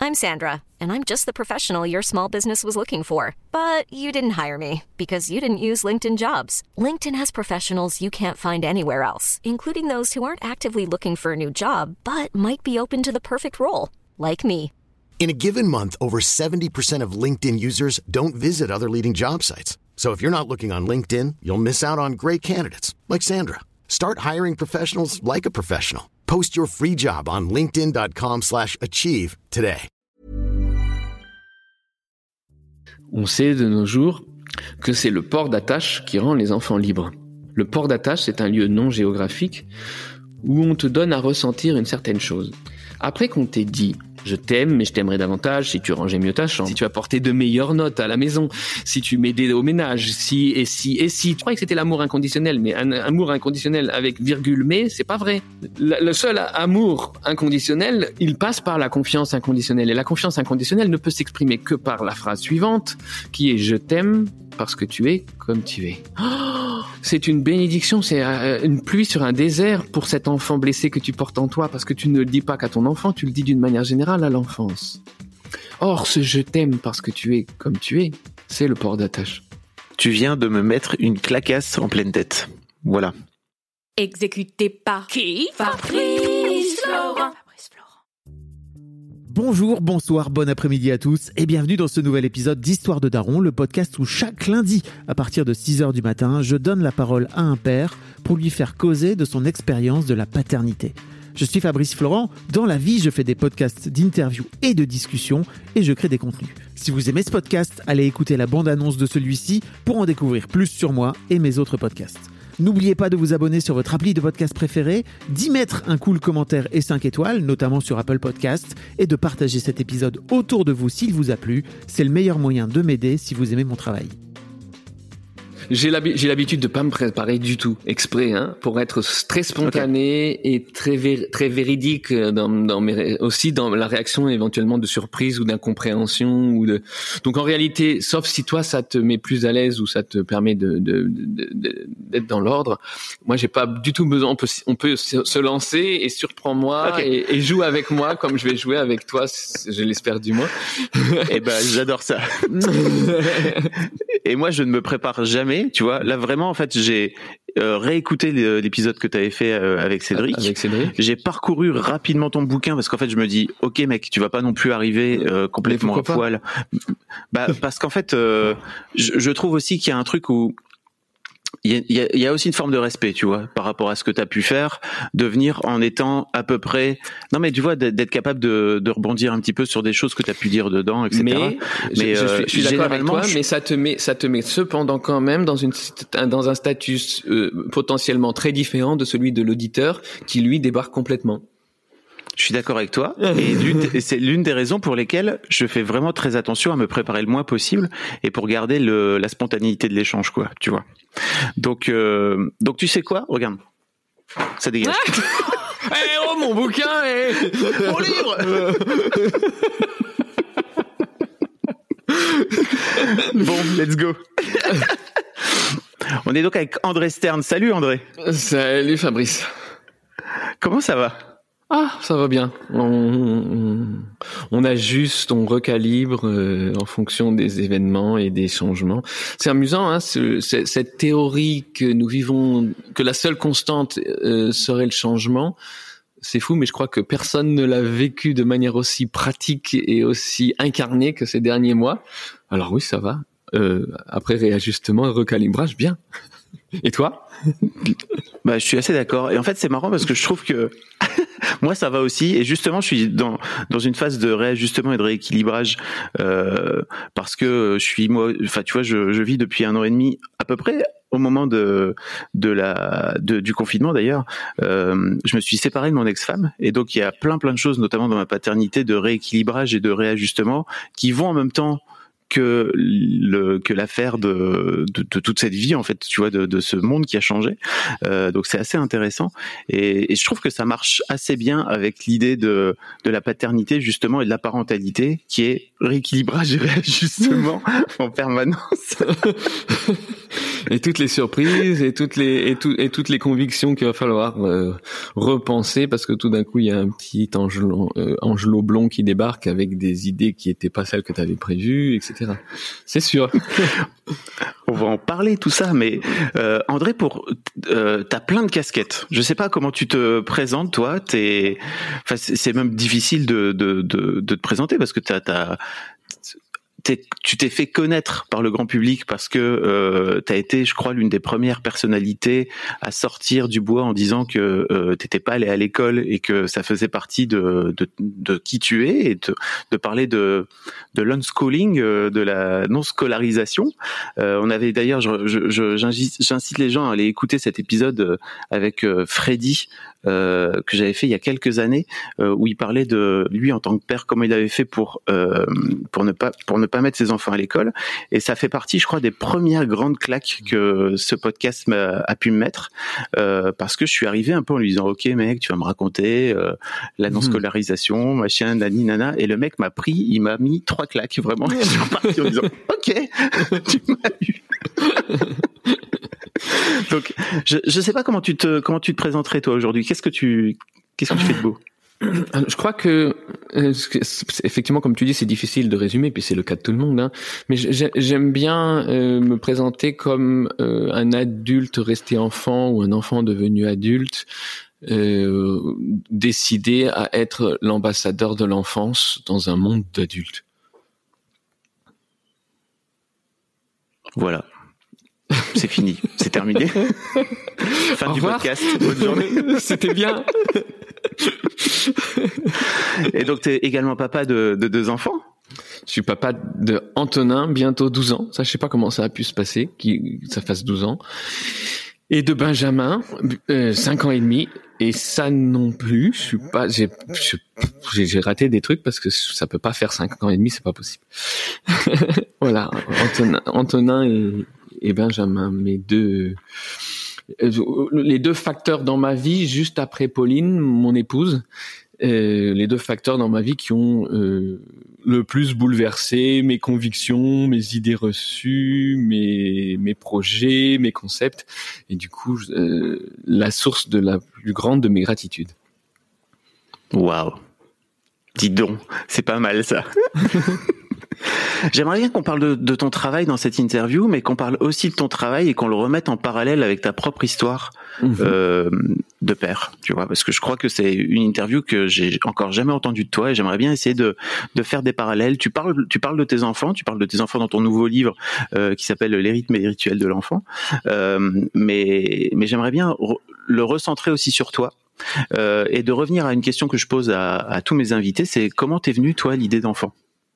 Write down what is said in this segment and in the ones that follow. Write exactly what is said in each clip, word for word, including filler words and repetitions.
I'm Sandra, and I'm just the professional your small business was looking for. But you didn't hire me because you didn't use LinkedIn Jobs. LinkedIn has professionals you can't find anywhere else, including those who aren't actively looking for a new job, but might be open to the perfect role, like me. In a given month, over seventy percent of LinkedIn users don't visit other leading job sites. So if you're not looking on LinkedIn, you'll miss out on great candidates like Sandra. Start hiring professionals like a professional. Post your free job on linkedin.com slash achieve today. On sait de nos jours que c'est le port d'attache qui rend les enfants libres. Le port d'attache, c'est un lieu non géographique où on te donne à ressentir une certaine chose. Après qu'on t'ait dit « je t'aime, mais je t'aimerais davantage si tu rangeais mieux ta chambre, si tu apportais de meilleures notes à la maison, si tu m'aidais au ménage, si et si et si », tu croyais que c'était l'amour inconditionnel, mais un amour inconditionnel avec virgule « mais », c'est pas vrai. Le, le seul amour inconditionnel, il passe par la confiance inconditionnelle. Et la confiance inconditionnelle ne peut s'exprimer que par la phrase suivante, qui est « je t'aime parce que tu es comme tu es ». Oh, c'est une bénédiction, c'est une pluie sur un désert pour cet enfant blessé que tu portes en toi, parce que tu ne le dis pas qu'à ton enfant, tu le dis d'une manière générale à l'enfance. Or, ce « je t'aime parce que tu es comme tu es », c'est le port d'attache. Tu viens de me mettre une claquasse en pleine tête. Voilà. Exécuté par qui? Fabrice Florent. Bonjour, bonsoir, bon après-midi à tous et bienvenue dans ce nouvel épisode d'Histoire de Daron, le podcast où chaque lundi, à partir de six heures du matin, je donne la parole à un père pour lui faire causer de son expérience de la paternité. Je suis Fabrice Florent, dans la vie je fais des podcasts d'interviews et de discussions et je crée des contenus. Si vous aimez ce podcast, allez écouter la bande-annonce de celui-ci pour en découvrir plus sur moi et mes autres podcasts. N'oubliez pas de vous abonner sur votre appli de podcast préféré, d'y mettre un cool commentaire et cinq étoiles, notamment sur Apple Podcasts, et de partager cet épisode autour de vous s'il vous a plu. C'est le meilleur moyen de m'aider si vous aimez mon travail. J'ai, l'habi- j'ai l'habitude de pas me préparer du tout, exprès, hein, pour être très spontané okay. et très vé- très véridique dans, dans mes ré- aussi dans la réaction éventuellement de surprise ou d'incompréhension ou de. Donc en réalité, sauf si toi ça te met plus à l'aise ou ça te permet de, de, de, de d'être dans l'ordre, moi j'ai pas du tout besoin. On peut on peut se lancer et surprends-moi okay. et, et joue avec moi comme je vais jouer avec toi, je l'espère du moins. Eh ben j'adore ça. Et moi je ne me prépare jamais. Tu vois, là vraiment en fait j'ai euh, réécouté l'épisode que tu avais fait euh, avec Cédric. Avec Cédric. J'ai parcouru rapidement ton bouquin parce qu'en fait je me dis ok mec, tu vas pas non plus arriver euh, complètement à poil. Bah parce qu'en fait euh, je, je trouve aussi qu'il y a un truc où il y a, il y a, il y a aussi une forme de respect, tu vois, par rapport à ce que tu as pu faire, de venir en étant à peu près... Non, mais tu vois, d'être, d'être capable de, de rebondir un petit peu sur des choses que tu as pu dire dedans, et cetera. Mais, mais je, je, suis, je suis d'accord avec toi, je... mais ça te met, ça te met cependant quand même dans une, dans un statut euh, potentiellement très différent de celui de l'auditeur qui, lui, débarque complètement. Je suis d'accord avec toi, et, l'une, et c'est l'une des raisons pour lesquelles je fais vraiment très attention à me préparer le moins possible et pour garder le, la spontanéité de l'échange, quoi, tu vois. Donc, euh, donc tu sais quoi ? Regarde, ça dégage. Eh hey, oh mon bouquin, hey mon livre. Bon, let's go. On est donc avec André Stern. Salut André. Salut Fabrice. Comment ça va ? Ah, ça va bien. On, on, on ajuste, on recalibre euh, en fonction des événements et des changements. C'est amusant, hein, ce, ce, cette théorie que nous vivons, que la seule constante euh, serait le changement. C'est fou, mais je crois que personne ne l'a vécu de manière aussi pratique et aussi incarnée que ces derniers mois. Alors oui, ça va. Euh, après réajustement, recalibrage, bien. Et toi ? Bah, je suis assez d'accord. Et en fait, c'est marrant parce que je trouve que moi, ça va aussi. Et justement, je suis dans dans une phase de réajustement et de rééquilibrage euh, parce que je suis moi. Enfin, tu vois, je, je vis depuis un an et demi à peu près au moment de de la de, du confinement d'ailleurs. Euh, je me suis séparé de mon ex-femme et donc il y a plein plein de choses, notamment dans ma paternité, de rééquilibrage et de réajustement qui vont en même temps que le que l'affaire de, de de toute cette vie en fait, tu vois, de de ce monde qui a changé. Euh, donc c'est assez intéressant et, et je trouve que ça marche assez bien avec l'idée de de la paternité justement et de la parentalité qui est rééquilibrage et réajustement en permanence. Et toutes les surprises et toutes les et, tout, et toutes les convictions qu'il va falloir euh, repenser parce que tout d'un coup il y a un petit Angelo, euh, Angelo Blond qui débarque avec des idées qui étaient pas celles que tu avais prévues, et cetera. C'est sûr. On va en parler tout ça, mais euh, André, pour euh, t'as plein de casquettes. Je sais pas comment tu te présentes toi. T'es, enfin c'est même difficile de de de, de te présenter parce que t'as t'as T'es, tu t'es fait connaître par le grand public parce que euh, tu as été, je crois, l'une des premières personnalités à sortir du bois en disant que euh, t'étais pas allé à l'école et que ça faisait partie de de, de qui tu es et de, de parler de de l'unschooling, de la non scolarisation. Euh, on avait d'ailleurs, je, je, je, j'incite, j'incite les gens à aller écouter cet épisode avec euh, Freddy. Euh, que j'avais fait il y a quelques années euh, où il parlait de lui en tant que père comment il avait fait pour euh, pour ne pas pour ne pas mettre ses enfants à l'école et ça fait partie je crois des premières grandes claques que ce podcast m'a, a pu me mettre euh, parce que je suis arrivé un peu en lui disant ok mec tu vas me raconter euh, la non scolarisation machin nani nana et le mec m'a pris il m'a mis trois claques vraiment je suis reparti en disant ok tu m'as eu. Donc, je je sais pas comment tu te comment tu te présenterais toi aujourd'hui. Qu'est-ce que tu qu'est-ce que tu fais de beau? Je crois que euh, effectivement, comme tu dis, c'est difficile de résumer, puis c'est le cas de tout le monde. Hein. Mais j'aime bien euh, me présenter comme euh, un adulte resté enfant ou un enfant devenu adulte, euh, décidé à être l'ambassadeur de l'enfance dans un monde d'adultes. Voilà. C'est fini, c'est terminé. Fin Au du revoir. podcast. Bonne journée. C'était bien. Et donc, t'es également papa de, de deux enfants? Je suis papa de Antonin, bientôt douze ans. Ça, je sais pas comment ça a pu se passer, qu'il ça fasse douze ans. Et de Benjamin, euh, cinq ans et demi. Et ça non plus, je suis pas, j'ai, j'ai, j'ai raté des trucs parce que ça peut pas faire cinq ans et demi, c'est pas possible. Voilà, Antonin, Antonin et, et Benjamin, mes deux, les deux facteurs dans ma vie, juste après Pauline, mon épouse, euh, les deux facteurs dans ma vie qui ont euh, le plus bouleversé mes convictions, mes idées reçues, mes mes projets, mes concepts, et du coup euh, la source de la plus grande de mes gratitudes. Waouh, dis donc, c'est pas mal ça. J'aimerais bien qu'on parle de, de ton travail dans cette interview, mais qu'on parle aussi de ton travail et qu'on le remette en parallèle avec ta propre histoire mmh. euh, de père, tu vois, parce que je crois que c'est une interview que j'ai encore jamais entendue de toi et j'aimerais bien essayer de, de faire des parallèles. Tu parles, tu parles de tes enfants, tu parles de tes enfants dans ton nouveau livre euh, qui s'appelle Les rythmes et les rituels de l'enfant, euh, mais, mais j'aimerais bien re- le recentrer aussi sur toi. Euh, et de revenir à une question que je pose à, à tous mes invités, c'est comment t'es venue toi l'idée d'enfant?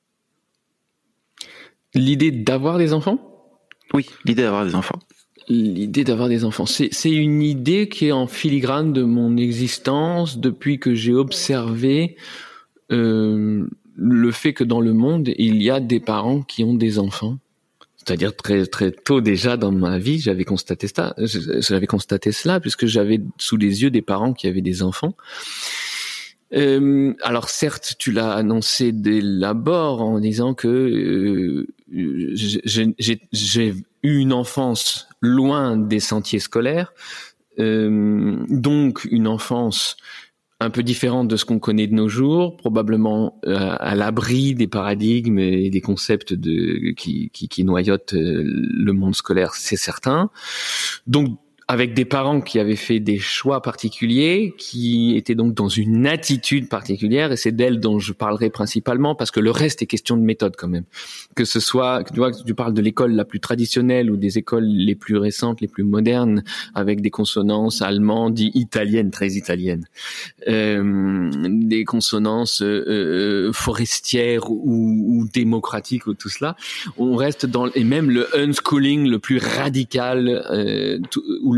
L'idée d'avoir des enfants ? Oui, l'idée d'avoir des enfants. L'idée d'avoir des enfants, c'est, c'est une idée qui est en filigrane de mon existence depuis que j'ai observé euh, le fait que dans le monde, il y a des parents qui ont des enfants. C'est-à-dire très très tôt déjà dans ma vie, j'avais constaté ça, j'avais constaté cela puisque j'avais sous les yeux des parents qui avaient des enfants. Euh, alors certes, tu l'as annoncé dès l'abord en disant que euh, j'ai, j'ai, j'ai eu une enfance loin des sentiers scolaires, euh, donc une enfance un peu différente de ce qu'on connaît de nos jours, probablement euh, à l'abri des paradigmes et des concepts de qui, qui, qui noyautent euh, le monde scolaire, c'est certain. Donc avec des parents qui avaient fait des choix particuliers, qui étaient donc dans une attitude particulière, et c'est d'elles dont je parlerai principalement, parce que le reste est question de méthode quand même. Que ce soit, tu vois, que tu parles de l'école la plus traditionnelle ou des écoles les plus récentes, les plus modernes, avec des consonances allemandes, italiennes, très italiennes, euh, des consonances euh, forestières ou, ou démocratiques ou tout cela, on reste dans, et même le unschooling le plus radical, euh, tout, où le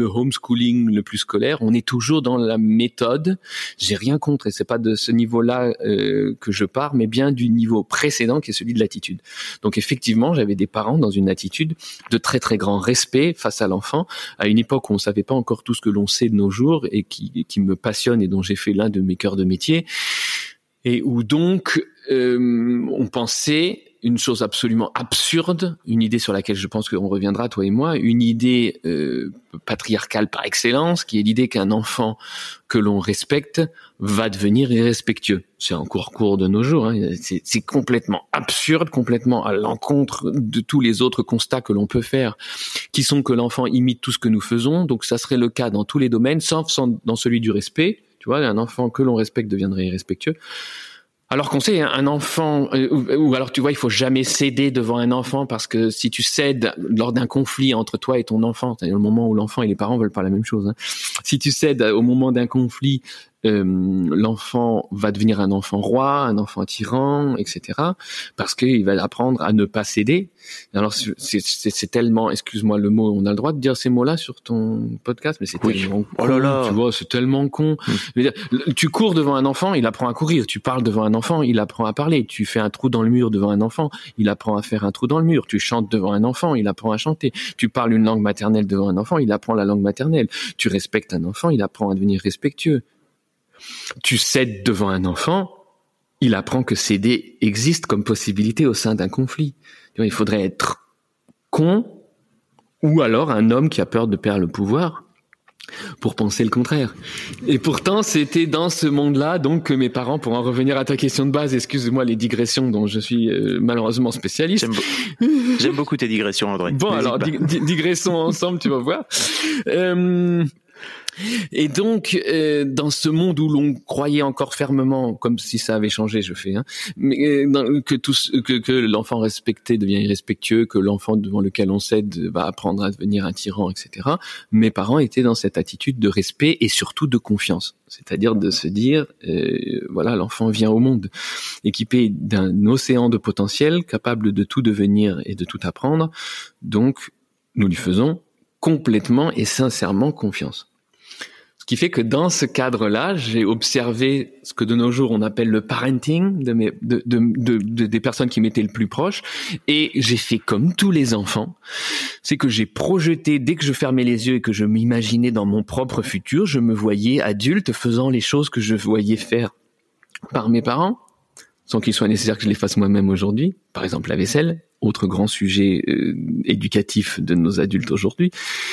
le homeschooling le plus scolaire, on est toujours dans la méthode. J'ai rien contre, et c'est pas de ce niveau-là euh, que je pars, mais bien du niveau précédent qui est celui de l'attitude. Donc effectivement, j'avais des parents dans une attitude de très très grand respect face à l'enfant, à une époque où on savait pas encore tout ce que l'on sait de nos jours et qui, qui me passionne et dont j'ai fait l'un de mes cœurs de métier, et où donc euh, on pensait une chose absolument absurde, une idée sur laquelle je pense qu'on reviendra, toi et moi, une idée euh, patriarcale par excellence, qui est l'idée qu'un enfant que l'on respecte va devenir irrespectueux. C'est encore cours de nos jours, hein. c'est, c'est complètement absurde, complètement à l'encontre de tous les autres constats que l'on peut faire, qui sont que l'enfant imite tout ce que nous faisons, donc ça serait le cas dans tous les domaines, sauf dans celui du respect. Tu vois, un enfant que l'on respecte deviendrait irrespectueux. Alors qu'on sait, un enfant, euh, ou, ou alors tu vois, il faut jamais céder devant un enfant, parce que si tu cèdes lors d'un conflit entre toi et ton enfant, c'est-à-dire le moment où l'enfant et les parents veulent pas la même chose, hein, si tu cèdes au moment d'un conflit, euh, l'enfant va devenir un enfant roi, un enfant tyran, et cetera, parce qu'il va apprendre à ne pas céder. Alors c'est, c'est, c'est tellement, excuse-moi le mot, on a le droit de dire ces mots-là sur ton podcast, mais c'est oui. tellement con, oh là là. Tu vois, c'est tellement con. Mmh. Tu cours devant un enfant, il apprend à courir. Tu parles devant un enfant, il apprend à parler. Tu fais un trou dans le mur devant un enfant, il apprend à faire un trou dans le mur. Tu chantes devant un enfant, il apprend à chanter. Tu parles une langue maternelle devant un enfant, il apprend la langue maternelle. Tu respectes un enfant, il apprend à devenir respectueux. Tu cèdes devant un enfant, il apprend que céder existe comme possibilité au sein d'un conflit. Il faudrait être con, ou alors un homme qui a peur de perdre le pouvoir, pour penser le contraire. Et pourtant, c'était dans ce monde-là donc que mes parents, pour en revenir à ta question de base, excuse-moi les digressions dont je suis euh, malheureusement spécialiste. J'aime, be- J'aime beaucoup tes digressions, André. Bon, N'hésite alors, dig- dig- digressons ensemble, tu vas voir. Euh... Et donc, euh, dans ce monde où l'on croyait encore fermement, comme si ça avait changé, je fais, hein, mais euh, dans, que, tout, que, que l'enfant respecté devient irrespectueux, que l'enfant devant lequel on cède va apprendre à devenir un tyran, et cetera. Mes parents étaient dans cette attitude de respect et surtout de confiance, c'est-à-dire de se dire, euh, voilà, l'enfant vient au monde équipé d'un océan de potentiel, capable de tout devenir et de tout apprendre, donc nous lui faisons complètement et sincèrement confiance. Ce qui fait que dans ce cadre-là, j'ai observé ce que de nos jours on appelle le parenting de mes, de, de, de, de, des personnes qui m'étaient le plus proches, et j'ai fait comme tous les enfants, c'est que j'ai projeté, dès que je fermais les yeux et que je m'imaginais dans mon propre futur, je me voyais adulte faisant les choses que je voyais faire par mes parents, sans qu'il soit nécessaire que je les fasse moi-même aujourd'hui. Par exemple la vaisselle, autre grand sujet euh, éducatif de nos adultes aujourd'hui.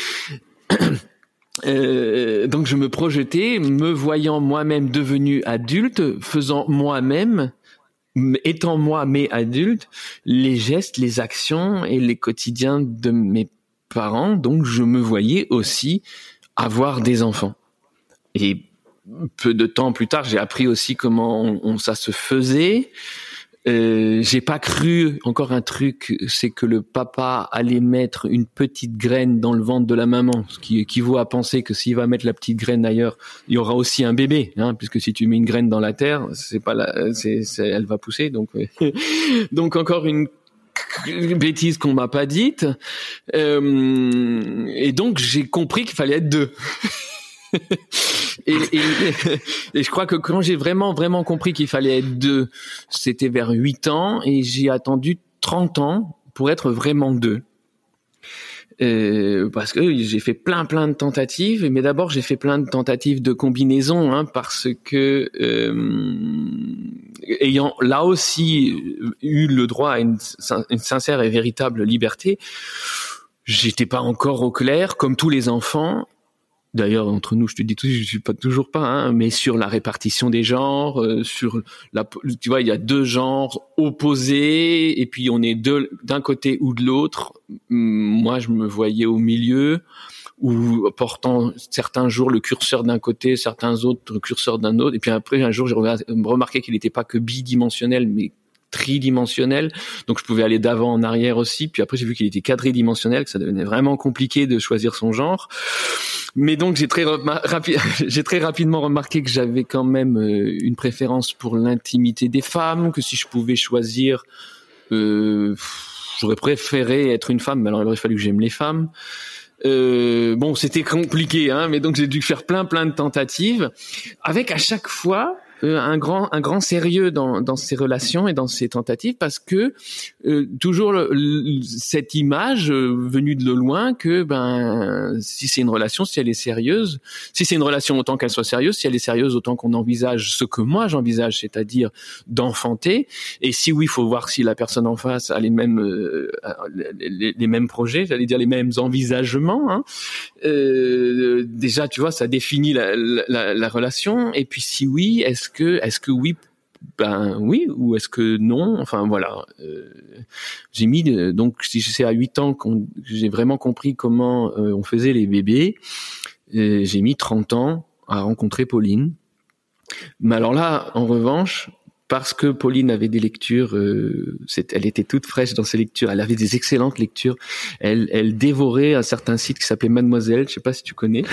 Euh, donc je me projetais, me voyant moi-même devenu adulte, faisant moi-même, étant moi mais adulte, les gestes, les actions et les quotidiens de mes parents. Donc je me voyais aussi avoir des enfants. Et peu de temps plus tard, j'ai appris aussi comment on, on, ça se faisait. Euh, j'ai pas cru, encore un truc, c'est que le papa allait mettre une petite graine dans le ventre de la maman, ce qui équivaut à penser que s'il va mettre la petite graine ailleurs, il y aura aussi un bébé, hein, puisque si tu mets une graine dans la terre, c'est pas la, c'est, c'est elle va pousser, donc, donc encore une bêtise qu'on m'a pas dite, euh, et donc j'ai compris qu'il fallait être deux. et, et, et je crois que quand j'ai vraiment vraiment compris qu'il fallait être deux, c'était vers huit ans, et j'ai attendu trente ans pour être vraiment deux. Euh, parce que j'ai fait plein plein de tentatives, mais d'abord j'ai fait plein de tentatives de combinaison, hein, parce que euh, ayant là aussi eu le droit à une, une sincère et véritable liberté, j'étais pas encore au clair, comme tous les enfants. D'ailleurs, entre nous, je te dis tout, je suis pas toujours pas, hein, mais sur la répartition des genres, euh, sur la, tu vois, il y a deux genres opposés, et puis on est deux, d'un côté ou de l'autre. Moi, je me voyais au milieu, ou portant certains jours le curseur d'un côté, certains autres le curseur d'un autre. Et puis après, un jour, j'ai remarqué qu'il n'était pas que bidimensionnel, mais tridimensionnel, donc je pouvais aller d'avant en arrière aussi. Puis après j'ai vu qu'il était quadridimensionnel, que ça devenait vraiment compliqué de choisir son genre. Mais donc j'ai très rapi- j'ai très rapidement remarqué que j'avais quand même euh, une préférence pour l'intimité des femmes, que si je pouvais choisir, euh, j'aurais préféré être une femme, mais alors il aurait fallu que j'aime les femmes. Euh, bon, c'était compliqué, hein, mais donc j'ai dû faire plein plein de tentatives, avec à chaque fois euh, un grand un grand sérieux dans dans ces relations et dans ces tentatives, parce que euh, toujours le, le, cette image euh, venue de loin que ben si c'est une relation, si elle est sérieuse, si c'est une relation autant qu'elle soit sérieuse, si elle est sérieuse autant qu'on envisage ce que moi j'envisage, c'est-à-dire d'enfanter, et si oui, il faut voir si la personne en face a les mêmes euh, les, les mêmes projets, j'allais dire les mêmes envisagements, hein. Euh, déjà tu vois, ça définit la, la, la relation, et puis si oui, est-ce que est-ce que oui, ben oui, ou est-ce que non, enfin voilà. Euh, j'ai mis donc si c'est à huit ans qu'on, que j'ai vraiment compris comment euh, on faisait les bébés, euh, j'ai mis trente ans à rencontrer Pauline. Mais alors là, en revanche, parce que Pauline avait des lectures, euh, c'est, elle était toute fraîche dans ses lectures, elle avait des excellentes lectures, elle, elle dévorait un certain site qui s'appelait Mademoiselle, je sais pas si tu connais.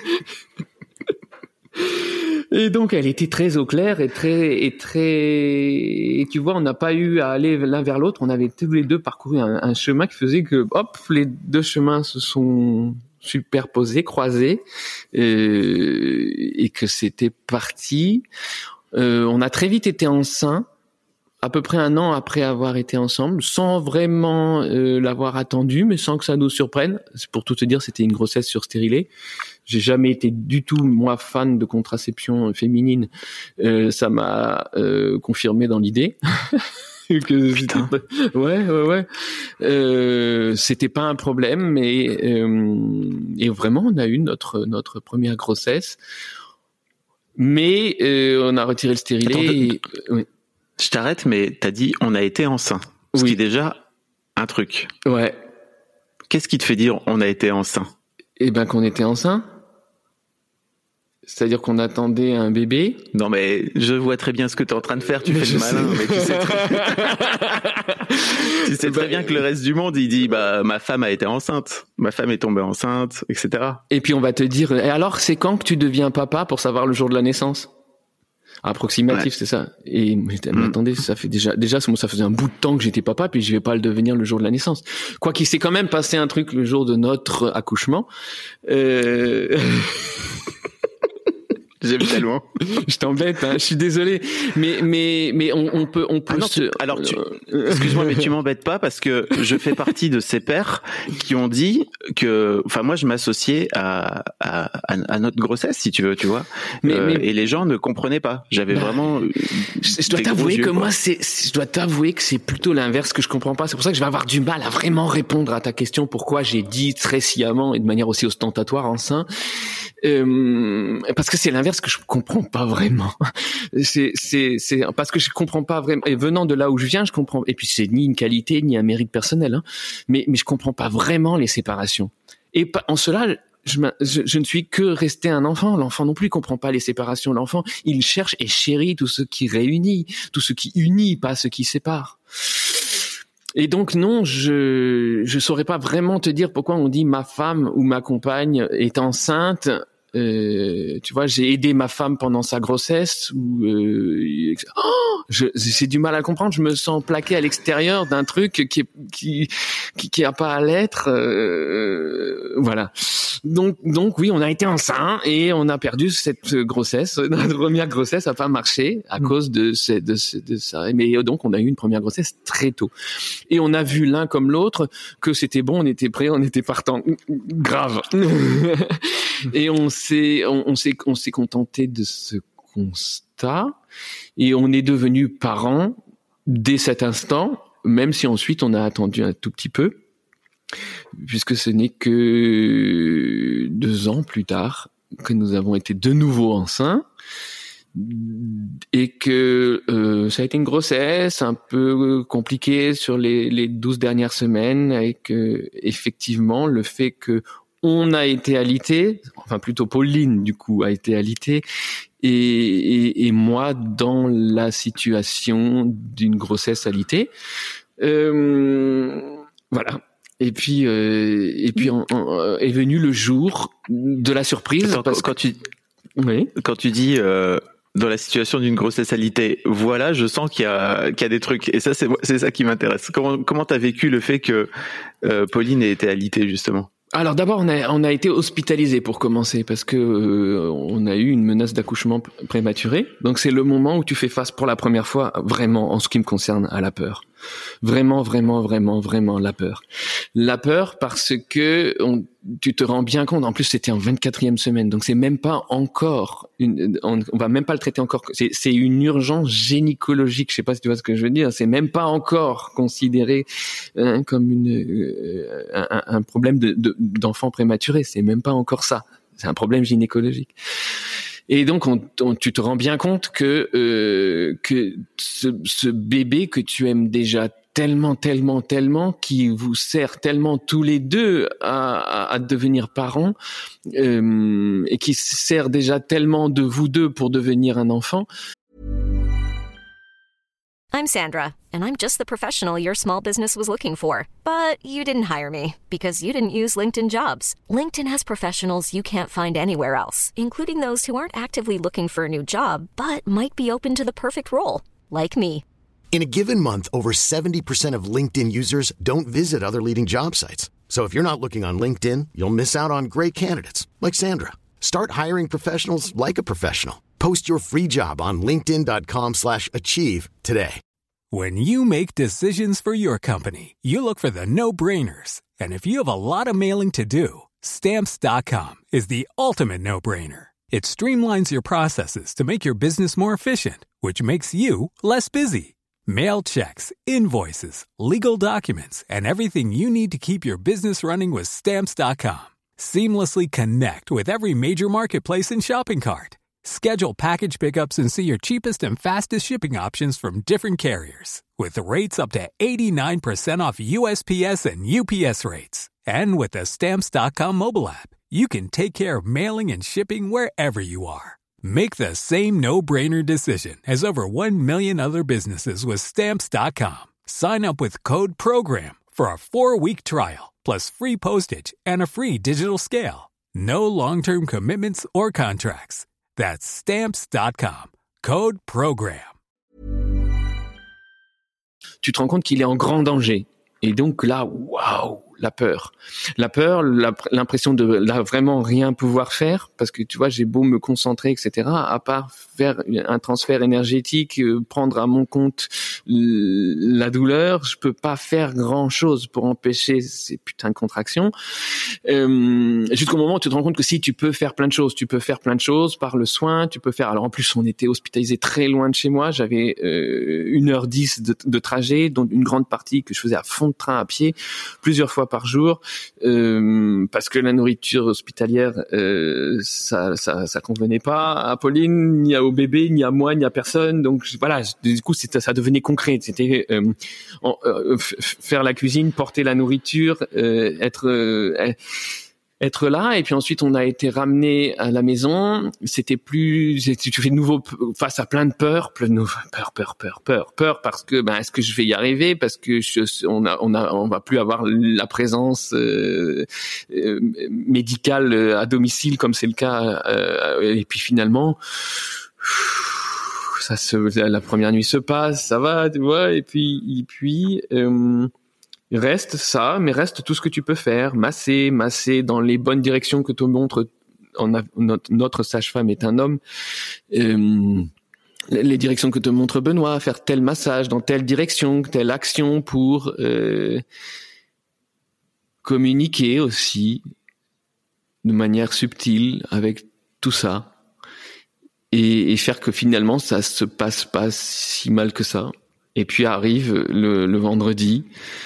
Et donc elle était très au clair et très et très et tu vois, on n'a pas eu à aller l'un vers l'autre, on avait tous les deux parcouru un, un chemin qui faisait que hop, les deux chemins se sont superposés, croisés, euh, et que c'était parti. Euh, on a très vite été enceints, à peu près un an après avoir été ensemble, sans vraiment euh, l'avoir attendu, mais sans que ça nous surprenne. Pour tout te dire, c'était une grossesse sur stérilet. J'ai jamais été du tout, moi, fan de contraception féminine. Euh, ça m'a euh, confirmé dans l'idée. que Putain. Ouais, ouais, ouais. Euh, c'était pas un problème, mais euh, et vraiment, on a eu notre notre première grossesse. Mais euh, on a retiré le stérilet. Attends, et, euh, oui. Je t'arrête, mais t'as dit on a été enceint. Ce Oui. qui est déjà un truc. Ouais. Qu'est-ce qui te fait dire on a été enceint? Eh ben qu'on était enceint. C'est-à-dire qu'on attendait un bébé. Non mais je vois très bien ce que t'es en train de faire, tu mais fais le malin, mais tu sais très, tu sais très bien que le reste du monde il dit bah ma femme a été enceinte, ma femme est tombée enceinte, et cetera. Et puis on va te dire, et alors c'est quand que tu deviens papa pour savoir le jour de la naissance? Approximatif, ouais. C'est ça. Et mais, mais mmh. attendez, ça fait déjà déjà ça faisait un bout de temps que j'étais papa, puis je vais pas le devenir le jour de la naissance. Quoi qu'il s'est quand même passé un truc le jour de notre accouchement. Euh... J'aime tellement. Je t'embête, hein, je suis désolé, mais mais mais on, on peut on peut. Ah non, se... Alors tu... excuse-moi, mais tu m'embêtes pas parce que je fais partie de ces pères qui ont dit que, enfin moi je m'associais à, à à notre grossesse si tu veux, tu vois. Mais, euh, mais... Et les gens ne comprenaient pas. J'avais bah, vraiment. Je, je dois t'avouer yeux, que quoi. moi c'est, je dois t'avouer que c'est plutôt l'inverse que je comprends pas. C'est pour ça que je vais avoir du mal à vraiment répondre à ta question. Pourquoi j'ai dit très sciemment et de manière aussi ostentatoire enceint. Euh, parce que c'est l'inverse que je comprends pas vraiment. C'est, c'est, c'est parce que je comprends pas vraiment. Et venant de là où je viens, je comprends. Et puis c'est ni une qualité ni un mérite personnel, hein. Mais mais je comprends pas vraiment les séparations. Et en cela, je, je, je ne suis que resté un enfant. L'enfant non plus comprend pas les séparations. L'enfant, il cherche et chérit tout ce qui réunit, tout ce qui unit, pas ce qui sépare. Et donc non, je je saurais pas vraiment te dire pourquoi on dit ma femme ou ma compagne est enceinte. Euh, tu vois, j'ai aidé ma femme pendant sa grossesse. Ou euh, oh, je, c'est du mal à comprendre. Je me sens plaqué à l'extérieur d'un truc qui est, qui qui qui a pas à l'être. Euh, voilà. Donc donc oui, on a été enceint et on a perdu cette grossesse. Notre première grossesse a pas marché à mmh. cause de ce, de ce, de ça. Mais donc on a eu une première grossesse très tôt. Et on a vu l'un comme l'autre que c'était bon, on était prêt, on était partant. Grave. Et on s'est, on, on s'est, on s'est contenté de ce constat et on est devenus parents dès cet instant, même si ensuite on a attendu un tout petit peu, puisque ce n'est que deux ans plus tard que nous avons été de nouveau enceints. Et que euh, ça a été une grossesse un peu compliquée sur les les douze dernières semaines, et que effectivement le fait que on a été alité, enfin plutôt Pauline du coup a été alitée, et, et, et moi dans la situation d'une grossesse alitée. Euh, voilà. Et puis euh, et puis on, on, est venu le jour de la surprise. Attends, parce quand que... tu oui. quand tu dis euh... dans la situation d'une grossesse alitée, voilà, je sens qu'il y a qu'il y a des trucs, et ça c'est c'est ça qui m'intéresse. Comment comment t'as vécu le fait que euh, Pauline ait été alitée justement? Alors d'abord, on a, on a été hospitalisé pour commencer parce que euh, on a eu une menace d'accouchement p- prématuré. Donc c'est le moment où tu fais face pour la première fois, vraiment, en ce qui me concerne, à la peur. Vraiment, vraiment, vraiment, vraiment la peur. La peur parce que on, tu te rends bien compte. En plus, c'était en vingt-quatrième semaine, donc c'est même pas encore une. On, on va même pas le traiter encore. C'est, c'est une urgence gynécologique. Je sais pas si tu vois ce que je veux dire. C'est même pas encore considéré hein, comme une euh, un, un problème de, de, d'enfant prématuré. C'est même pas encore ça. C'est un problème gynécologique. Et donc, on, on, tu te rends bien compte que euh, que ce, ce bébé que tu aimes déjà tellement, tellement, tellement, qui vous sert tellement tous les deux à, à, à devenir parents, euh, et qui sert déjà tellement de vous deux pour devenir un enfant. I'm Sandra, and I'm just the professional your small business was looking for. But you didn't hire me because you didn't use LinkedIn Jobs. LinkedIn has professionals you can't find anywhere else, including those who aren't actively looking for a new job, but might be open to the perfect role, like me. In a given month, over seventy percent of LinkedIn users don't visit other leading job sites. So if you're not looking on LinkedIn, you'll miss out on great candidates like Sandra. Start hiring professionals like a professional. Post your free job on linkedin.com slash achieve today. When you make decisions for your company, you look for the no-brainers. And if you have a lot of mailing to do, Stamps dot com is the ultimate no-brainer. It streamlines your processes to make your business more efficient, which makes you less busy. Mail checks, invoices, legal documents, and everything you need to keep your business running with Stamps dot com. Seamlessly connect with every major marketplace and shopping cart. Schedule package pickups and see your cheapest and fastest shipping options from different carriers. With rates up to eighty-nine percent off U S P S and U P S rates. And with the Stamps dot com mobile app, you can take care of mailing and shipping wherever you are. Make the same no-brainer decision as over one million other businesses with Stamps dot com. Sign up with code PROGRAM for a four-week trial, plus free postage and a free digital scale. No long-term commitments or contracts. That's Stamps dot com. Code PROGRAM. Tu te rends compte qu'il est en grand danger. Et donc là, waouh, la peur. La peur, la, l'impression de là vraiment rien pouvoir faire, parce que tu vois, j'ai beau me concentrer, et cetera, à part faire un transfert énergétique, euh, prendre à mon compte l- la douleur, je peux pas faire grand-chose pour empêcher ces putains de contractions. Euh, jusqu'au moment où tu te rends compte que si, tu peux faire plein de choses. Tu peux faire plein de choses par le soin, tu peux faire... Alors en plus, on était hospitalisé très loin de chez moi, j'avais euh, une heure dix de, de trajet, dont une grande partie que je faisais à fond de train à pied, plusieurs fois par jour, euh, parce que la nourriture hospitalière, euh, ça, ça, ça convenait pas à Pauline, ni au bébé, ni à moi, ni à personne. Donc voilà, du coup, c'était, ça devenait concret. C'était euh, en, euh, f- faire la cuisine, porter la nourriture, euh, être euh, être là. Et puis ensuite, on a été ramené à la maison. C'était plus, tu fais de nouveau face à plein de peurs, plein de nouveau, peur, peur, peur, peur, peur, parce que ben est-ce que je vais y arriver, parce que je, on a, on a, on va plus avoir la présence euh, euh, médicale à domicile comme c'est le cas. Euh, et puis finalement, ça se, la première nuit se passe, ça va, tu vois. Et puis, et puis. Euh, Reste ça, mais reste tout ce que tu peux faire. Masser, masser dans les bonnes directions que te montre on a, notre, notre sage-femme est un homme. Euh, les directions que te montre Benoît, faire tel massage dans telle direction, telle action pour euh, communiquer aussi de manière subtile avec tout ça et, et faire que finalement ça se passe pas si mal que ça. Et puis arrive le, le vendredi.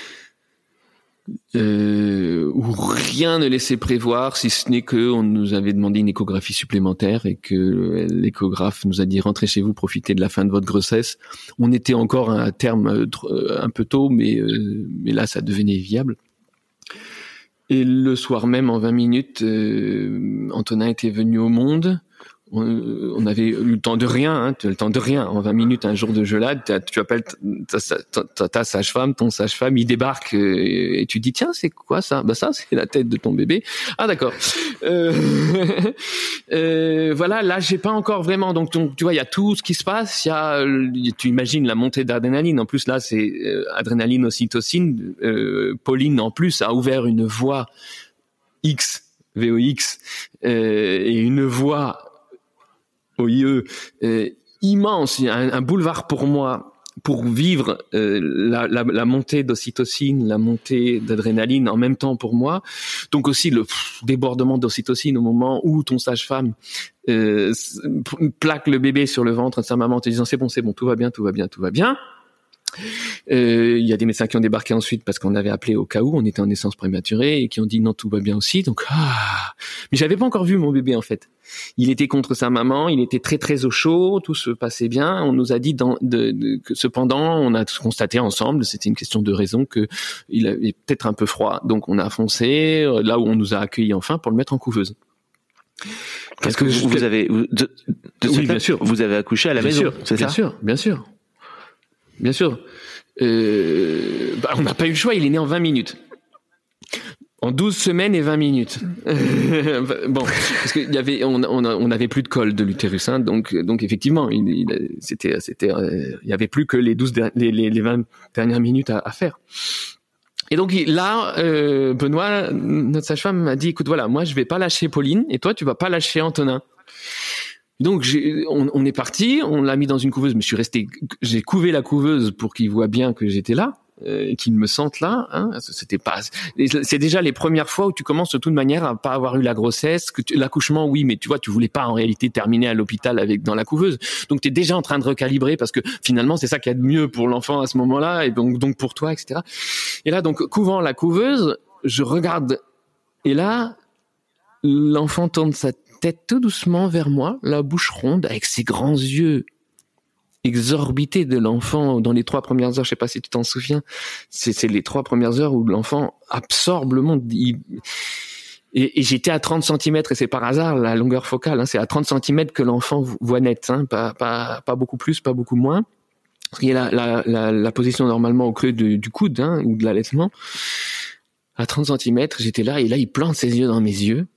Euh, où rien ne laissait prévoir, si ce n'est que on nous avait demandé une échographie supplémentaire et que l'échographe nous a dit rentrez chez vous, profitez de la fin de votre grossesse. On était encore à un terme un peu tôt, mais euh, mais là ça devenait viable. Et le soir même, en vingt minutes, euh, Antonin était venu au monde. On, on avait eu le temps de rien, hein, le temps de rien. En vingt minutes, un jour de gelade, tu appelles ta, ta, ta, ta sage-femme, ton sage-femme, il débarque et, et tu dis tiens, c'est quoi ça ? Bah ça, c'est la tête de ton bébé. Ah d'accord. Euh, euh, voilà, là j'ai pas encore vraiment. Donc tu vois, il y a tout ce qui se passe. Il y a, tu imagines la montée d'adrénaline. En plus là, c'est euh, adrénaline, ocytocine. Euh, Pauline en plus a ouvert une voie X, V O X, euh, et une voix O I E euh, immense, un, un boulevard pour moi, pour vivre euh, la, la, la montée d'ocytocine, la montée d'adrénaline en même temps pour moi. Donc aussi le pff, débordement d'ocytocine au moment où ton sage-femme euh, plaque le bébé sur le ventre de sa maman en te disant c'est bon, c'est bon, tout va bien, tout va bien, tout va bien. Il euh, y a des médecins qui ont débarqué ensuite parce qu'on avait appelé au cas où on était en naissance prématurée et qui ont dit non, tout va bien aussi. Donc ah, mais j'avais pas encore vu mon bébé en fait. Il était contre sa maman, il était très très au chaud, tout se passait bien. On nous a dit dans, de, de, que cependant, on a constaté ensemble, c'était une question de raison, que il avait peut-être un peu froid. Donc on a foncé là où on nous a accueillis enfin pour le mettre en couveuse. Parce que vous, vous avez, de, de oui, bien sûr, vous avez accouché à la bien maison, sûr, c'est bien ça? Sûr, bien sûr. Bien sûr. Euh, bah, on n'a pas eu le choix, il est né en vingt minutes. En douze semaines et vingt minutes. Bon, parce qu'il y avait, on, on, on avait plus de col de l'utérus, hein, donc, donc effectivement, il, il, c'était, c'était, euh, il y avait plus que les douze, les, les, les vingt dernières minutes à, à faire. Et donc là, euh, Benoît, notre sage-femme, m'a dit, écoute, voilà, moi je vais pas lâcher Pauline, et toi tu vas pas lâcher Antonin. Donc j'ai, on, on est parti, on l'a mis dans une couveuse. Je me suis resté, j'ai couvé la couveuse pour qu'il voit bien que j'étais là, euh, qu'il me sente là. Hein. C'était pas, c'est déjà les premières fois où tu commences de toute manière à pas avoir eu la grossesse, que tu, l'accouchement, oui, mais tu vois, tu voulais pas en réalité terminer à l'hôpital avec dans la couveuse. Donc t'es déjà en train de recalibrer parce que finalement c'est ça qu'il y a de mieux pour l'enfant à ce moment-là et donc donc pour toi, et cetera. Et là donc couvant la couveuse, je regarde et là l'enfant tourne sa tête tout doucement vers moi, la bouche ronde, avec ses grands yeux exorbités de l'enfant dans les trois premières heures. Je sais pas si tu t'en souviens. C'est, c'est les trois premières heures où l'enfant absorbe le monde. Il... Et, et j'étais à trente centimètres et c'est par hasard la longueur focale. Hein, c'est à trente centimètres que l'enfant voit net, hein, pas, pas, pas beaucoup plus, pas beaucoup moins. Parce qu'il y a la, la, la, la position normalement au creux de, du coude, hein, ou de l'allaitement. À trente centimètres, j'étais là et là il plante ses yeux dans mes yeux.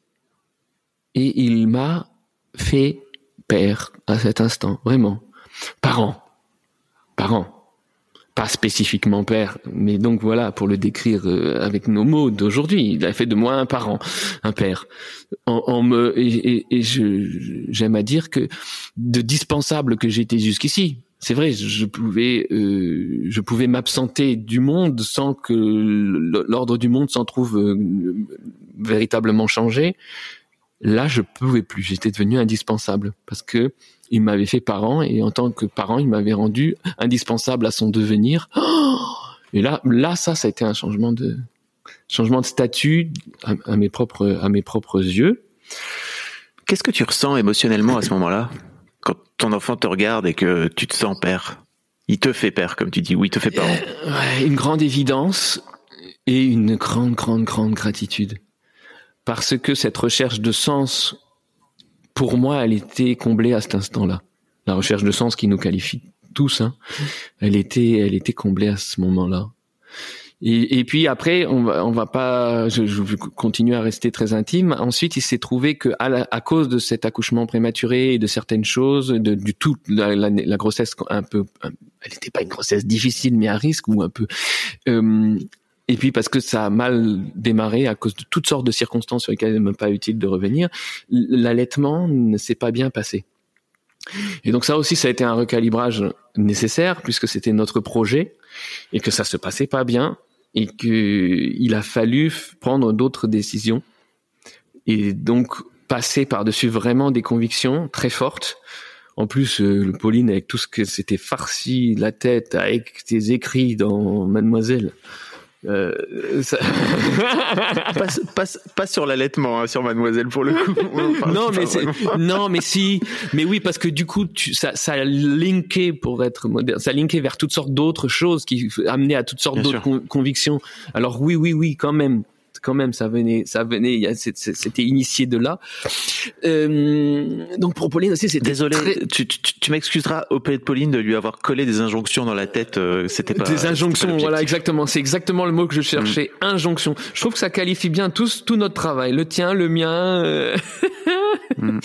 Et il m'a fait père à cet instant, vraiment. Parent. Parent. Pas spécifiquement père, mais donc voilà, pour le décrire euh, avec nos mots d'aujourd'hui, il a fait de moi un parent, un père. En, en me, et, et, et je, j'aime à dire que de dispensable que j'étais jusqu'ici, c'est vrai, je pouvais, euh, je pouvais m'absenter du monde sans que l'ordre du monde s'en trouve euh, véritablement changé. Là, je pouvais plus. J'étais devenu indispensable parce que il m'avait fait parent et en tant que parent, il m'avait rendu indispensable à son devenir. Et là, là, ça, ça a été un changement de changement de statut à, à mes propres à mes propres yeux. Qu'est-ce que tu ressens émotionnellement à ce moment-là, quand ton enfant te regarde et que tu te sens père? Il te fait père, comme tu dis, ou il te fait parent? Euh, ouais, une grande évidence et une grande, grande, grande gratitude. Parce que cette recherche de sens, pour moi, elle était comblée à cet instant-là. La recherche de sens qui nous qualifie tous, hein, elle était, elle était comblée à ce moment-là. Et, et puis après, on va, on va pas, je, je continue à rester très intime. Ensuite, il s'est trouvé que à, la, à cause de cet accouchement prématuré et de certaines choses, de, du tout, la, la, la grossesse un peu, elle n'était pas une grossesse difficile, mais à risque ou un peu. Euh, Et puis parce que ça a mal démarré à cause de toutes sortes de circonstances sur lesquelles il n'est même pas utile de revenir, l'allaitement ne s'est pas bien passé. Et donc ça aussi, ça a été un recalibrage nécessaire puisque c'était notre projet et que ça se passait pas bien et que il a fallu prendre d'autres décisions et donc passer par-dessus vraiment des convictions très fortes. En plus, euh, Pauline, avec tout ce que s'était farci la tête avec tes écrits dans Mademoiselle. Euh, ça... pas, pas, pas sur l'allaitement, hein, sur Mademoiselle pour le coup. Enfin, non, mais c'est, non, mais si, mais oui, parce que du coup, tu, ça, ça a linké pour être moderne, ça a linké vers toutes sortes d'autres choses qui amenaient à toutes sortes Bien d'autres con, convictions. Alors oui, oui, oui, quand même. Quand même, ça venait, ça venait, c'était initié de là. Euh, donc pour Pauline aussi, c'était désolé. Très... Tu, tu, tu m'excuseras auprès de Pauline de lui avoir collé des injonctions dans la tête. Euh, c'était pas des injonctions. Pas voilà, exactement. C'est exactement le mot que je cherchais. Mmh. Injonction. Je trouve que ça qualifie bien tous tout notre travail, le tien, le mien. Euh... mmh.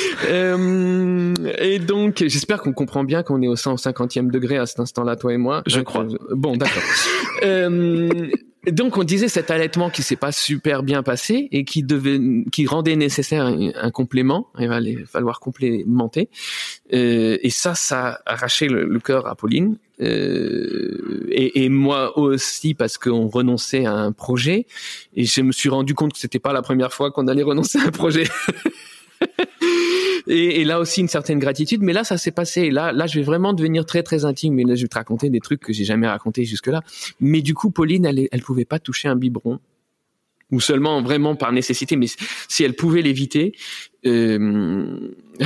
euh, et donc, j'espère qu'on comprend bien qu'on est au cent cinquantième degré à cet instant-là, toi et moi. Je euh, crois. Euh, bon, d'accord. euh, Donc on disait cet allaitement qui s'est pas super bien passé et qui devait, qui rendait nécessaire un, un complément. Il va aller falloir complémenter. Euh, et ça, ça a arraché le, le cœur à Pauline euh, et, et moi aussi parce qu'on renonçait à un projet. Et je me suis rendu compte que c'était pas la première fois qu'on allait renoncer à un projet. Et, et là aussi une certaine gratitude, mais là ça s'est passé. Là, là, je vais vraiment devenir très très intime. Mais là, je vais te raconter des trucs que j'ai jamais racontés jusque-là. Mais du coup, Pauline, elle, elle pouvait pas toucher un biberon, ou seulement vraiment par nécessité. Mais si elle pouvait l'éviter, euh...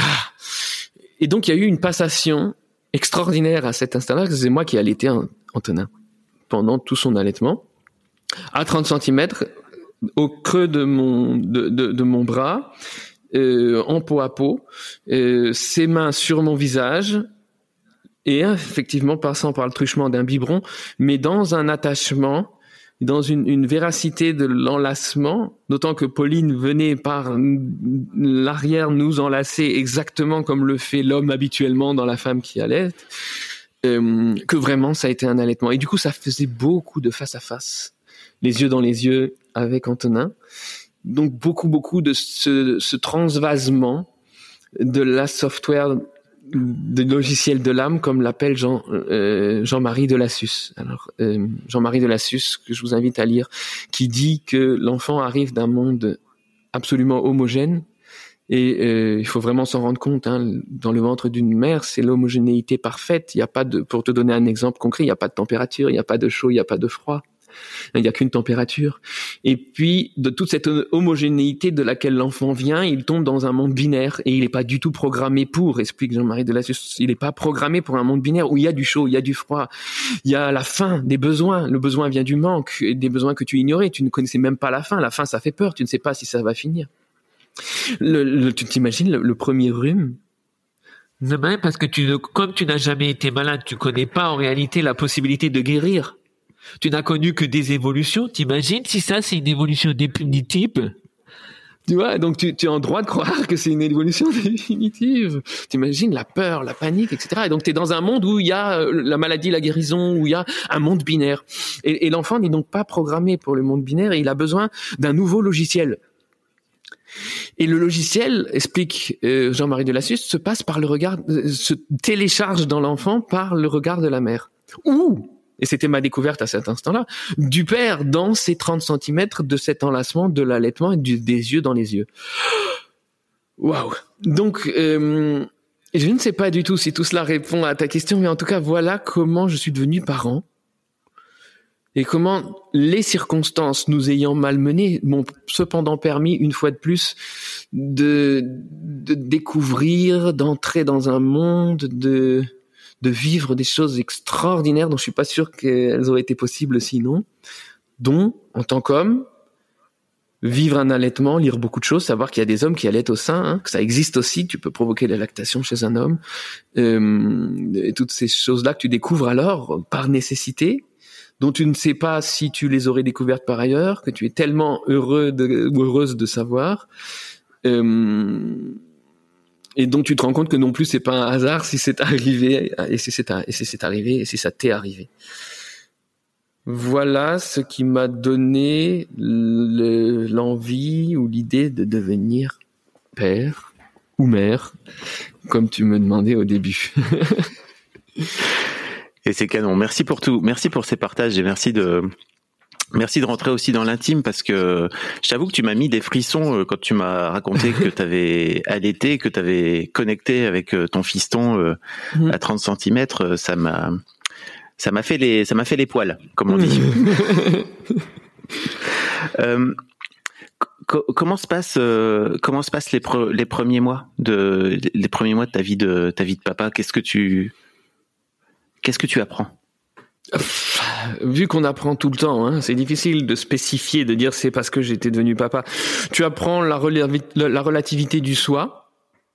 et donc il y a eu une passation extraordinaire à cet instant-là. C'est moi qui ai allaité Antonin pendant tout son allaitement, à trente centimètres, au creux de mon de, de, de mon bras. Euh, en peau à peau, euh, ses mains sur mon visage, et effectivement passant par le truchement d'un biberon, mais dans un attachement, dans une, une véracité de l'enlacement, d'autant que Pauline venait par l'arrière nous enlacer exactement comme le fait l'homme habituellement dans la femme qui allaite, euh, que vraiment ça a été un allaitement. Et du coup ça faisait beaucoup de face à face, les yeux dans les yeux avec Antonin. Donc beaucoup beaucoup de ce, ce transvasement de la software, de logiciel de l'âme, comme l'appelle Jean euh, Jean-Marie Delassus. Alors euh, Jean-Marie Delassus, que je vous invite à lire, qui dit que l'enfant arrive d'un monde absolument homogène et euh, il faut vraiment s'en rendre compte. Hein, dans le ventre d'une mère, c'est l'homogénéité parfaite. Il y a pas de, pour te donner un exemple concret, il y a pas de température, il y a pas de chaud, il y a pas de froid. Il n'y a qu'une température. Et puis, de toute cette homogénéité de laquelle l'enfant vient, il tombe dans un monde binaire et il n'est pas du tout programmé pour, explique Jean-Marie Delassus, il n'est pas programmé pour un monde binaire où il y a du chaud, il y a du froid, il y a la faim, des besoins. Le besoin vient du manque, des besoins que tu ignorais. Tu ne connaissais même pas la faim. La faim, ça fait peur. Tu ne sais pas si ça va finir. Le, le, tu t'imagines le, le premier rhume? Non, mais parce que tu, comme tu n'as jamais été malade, tu connais pas en réalité la possibilité de guérir. Tu n'as connu que des évolutions. T'imagines si ça, c'est une évolution définitive? Tu vois, donc tu, tu es en droit de croire que c'est une évolution définitive. T'imagines la peur, la panique, et cetera. Et donc tu es dans un monde où il y a la maladie, la guérison, où il y a un monde binaire. Et, et l'enfant n'est donc pas programmé pour le monde binaire et il a besoin d'un nouveau logiciel. Et le logiciel, explique euh, Jean-Marie Delassus, se passe par le regard, euh, se télécharge dans l'enfant par le regard de la mère. Ouh! Et c'était ma découverte à cet instant-là, du père dans ces trente centimètres de cet enlacement, de l'allaitement et du, des yeux dans les yeux. Waouh! Donc, euh, je ne sais pas du tout si tout cela répond à ta question, mais en tout cas, voilà comment je suis devenu parent. Et comment les circonstances nous ayant malmenés m'ont cependant permis, une fois de plus, de, de découvrir, d'entrer dans un monde, de... de vivre des choses extraordinaires dont je suis pas sûr qu'elles auraient été possibles sinon, dont, en tant qu'homme, vivre un allaitement, lire beaucoup de choses, savoir qu'il y a des hommes qui allaitent au sein, hein, que ça existe aussi, tu peux provoquer la lactation chez un homme, euh, et toutes ces choses-là que tu découvres alors par nécessité, dont tu ne sais pas si tu les aurais découvertes par ailleurs, que tu es tellement heureux de, ou heureuse de savoir, euh, et donc tu te rends compte que non plus c'est pas un hasard si c'est arrivé et si c'est, et si c'est arrivé et si ça t'est arrivé. Voilà ce qui m'a donné le, l'envie ou l'idée de devenir père ou mère, comme tu me demandais au début. Et c'est canon. Merci pour tout. Merci pour ces partages et merci de Merci de rentrer aussi dans l'intime parce que je t'avoue que tu m'as mis des frissons quand tu m'as raconté que tu avais allaité, que tu avais connecté avec ton fiston à trente centimètres. Ça m'a, ça m'a fait les, ça m'a fait les poils, comme on dit. euh, co- comment se passe, euh, comment se passent les, pre- les premiers mois de, les premiers mois de ta vie de, ta vie de papa? Qu'est-ce que tu, qu'est-ce que tu apprends? Vu qu'on apprend tout le temps, hein, c'est difficile de spécifier, de dire c'est parce que j'étais devenu papa. Tu apprends la, rela- la relativité du soi,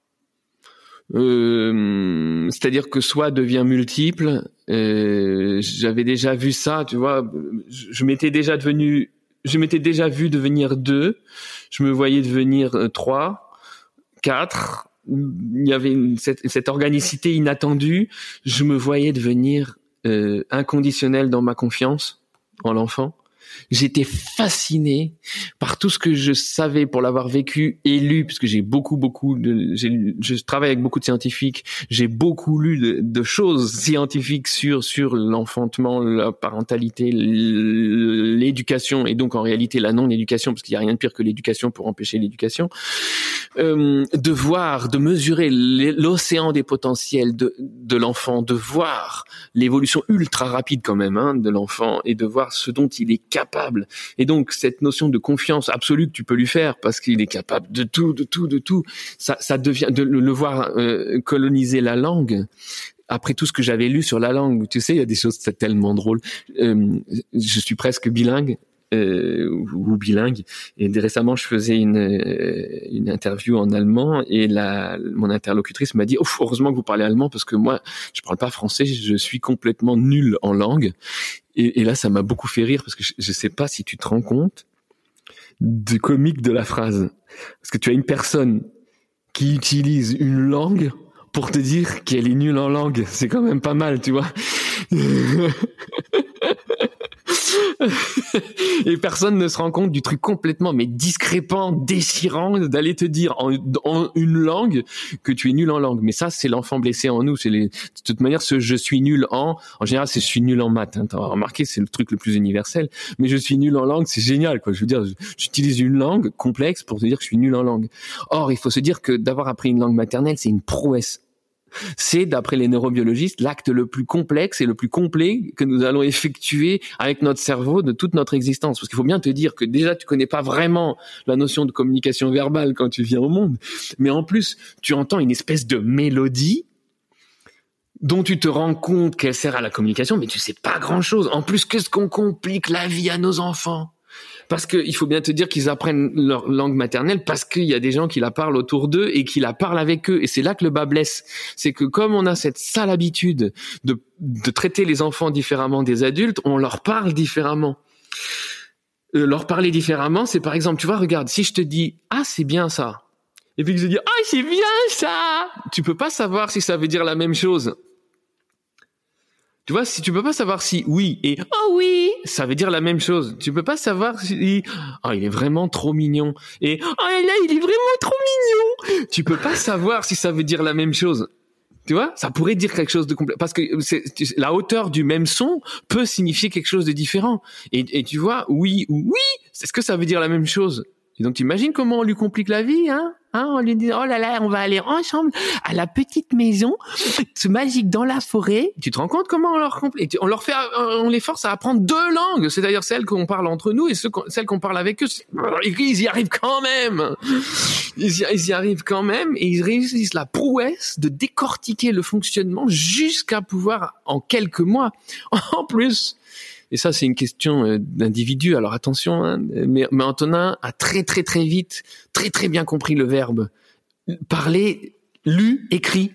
euh, c'est-à-dire que soi devient multiple. Euh, j'avais déjà vu ça, tu vois. Je, je m'étais déjà devenu, je m'étais déjà vu devenir deux. Je me voyais devenir euh, trois, quatre. Il y avait une, cette, cette organicité inattendue. Je me voyais devenir Euh, inconditionnel dans ma confiance en l'enfant. j'étais fasciné par tout ce que je savais pour l'avoir vécu et lu, puisque j'ai beaucoup, beaucoup de, j'ai, je travaille avec beaucoup de scientifiques, j'ai beaucoup lu de, de choses scientifiques sur, sur l'enfantement, la parentalité, l'éducation, et donc en réalité la non-éducation, parce qu'il n'y a rien de pire que l'éducation pour empêcher l'éducation, euh, de voir, de mesurer l'océan des potentiels de, de l'enfant, de voir l'évolution ultra rapide quand même, hein, de l'enfant, et de voir ce dont il est capable. Et donc, cette notion de confiance absolue que tu peux lui faire, parce qu'il est capable de tout, de tout, de tout, ça, ça devient, de le voir euh, coloniser la langue. Après tout ce que j'avais lu sur la langue, tu sais, il y a des choses tellement drôles. Euh, je suis presque bilingue. Euh, ou bilingue, et récemment je faisais une une interview en allemand, et la mon interlocutrice m'a dit oh, heureusement que vous parlez allemand, parce que moi je parle pas français, je suis complètement nul en langue. Et, et là ça m'a beaucoup fait rire, parce que je, je sais pas si tu te rends compte du comique de la phrase, parce que tu as une personne qui utilise une langue pour te dire qu'elle est nulle en langue. C'est quand même pas mal, tu vois. Et personne ne se rend compte du truc complètement mais discrépant, déchirant, d'aller te dire en, en une langue que tu es nul en langue. Mais ça, c'est l'enfant blessé en nous. C'est les, de toute manière, ce je suis nul en, en général, c'est je suis nul en maths. Hein, t'as remarqué, c'est le truc le plus universel. Mais je suis nul en langue, c'est génial, quoi. Je veux dire, j'utilise une langue complexe pour te dire que je suis nul en langue. Or, il faut se dire que d'avoir appris une langue maternelle, c'est une prouesse. C'est, d'après les neurobiologistes, l'acte le plus complexe et le plus complet que nous allons effectuer avec notre cerveau de toute notre existence. Parce qu'il faut bien te dire que déjà, tu connais pas vraiment la notion de communication verbale quand tu viens au monde. Mais en plus, tu entends une espèce de mélodie dont tu te rends compte qu'elle sert à la communication, mais tu sais pas grand-chose. En plus, qu'est-ce qu'on complique la vie à nos enfants ? Parce que il faut bien te dire qu'ils apprennent leur langue maternelle parce qu'il y a des gens qui la parlent autour d'eux et qui la parlent avec eux. Et c'est là que le bas blesse. C'est que comme on a cette sale habitude de, de traiter les enfants différemment des adultes, on leur parle différemment. Euh, leur parler différemment, c'est par exemple, tu vois, regarde, si je te dis « Ah, c'est bien ça », et puis que je dis « Ah, c'est bien ça », tu peux pas savoir si ça veut dire la même chose. Tu vois, si tu peux pas savoir si oui et oh oui, ça veut dire la même chose. Tu peux pas savoir si oh il est vraiment trop mignon et oh là il est vraiment trop mignon. Tu peux pas savoir si ça veut dire la même chose. Tu vois, ça pourrait dire quelque chose de complet parce que c'est, la hauteur du même son peut signifier quelque chose de différent. Et, et tu vois, oui ou oui, est-ce que ça veut dire la même chose? Et donc, t'imagines comment on lui complique la vie, hein? Hein, on lui dit, oh là là, on va aller ensemble à la petite maison, ce magique dans la forêt. Tu te rends compte comment on leur complique? On leur fait, on les force à apprendre deux langues. C'est d'ailleurs celles qu'on parle entre nous et celles qu'on parle avec eux. Ils y arrivent quand même. Ils y, ils y arrivent quand même et ils réussissent la prouesse de décortiquer le fonctionnement jusqu'à pouvoir, en quelques mois, en plus. Et ça, c'est une question euh, d'individu. Alors attention, hein, mais, mais Antonin a très très très vite, très très bien compris le verbe parler, lu, écrit.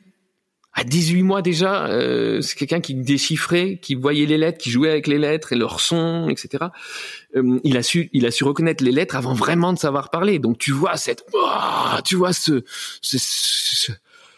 À dix-huit mois déjà, euh, c'est quelqu'un qui déchiffrait, qui voyait les lettres, qui jouait avec les lettres et leurs sons, et cetera. Euh, il a su, il a su reconnaître les lettres avant vraiment de savoir parler. Donc tu vois cette, oh, tu vois ce, ce, ce,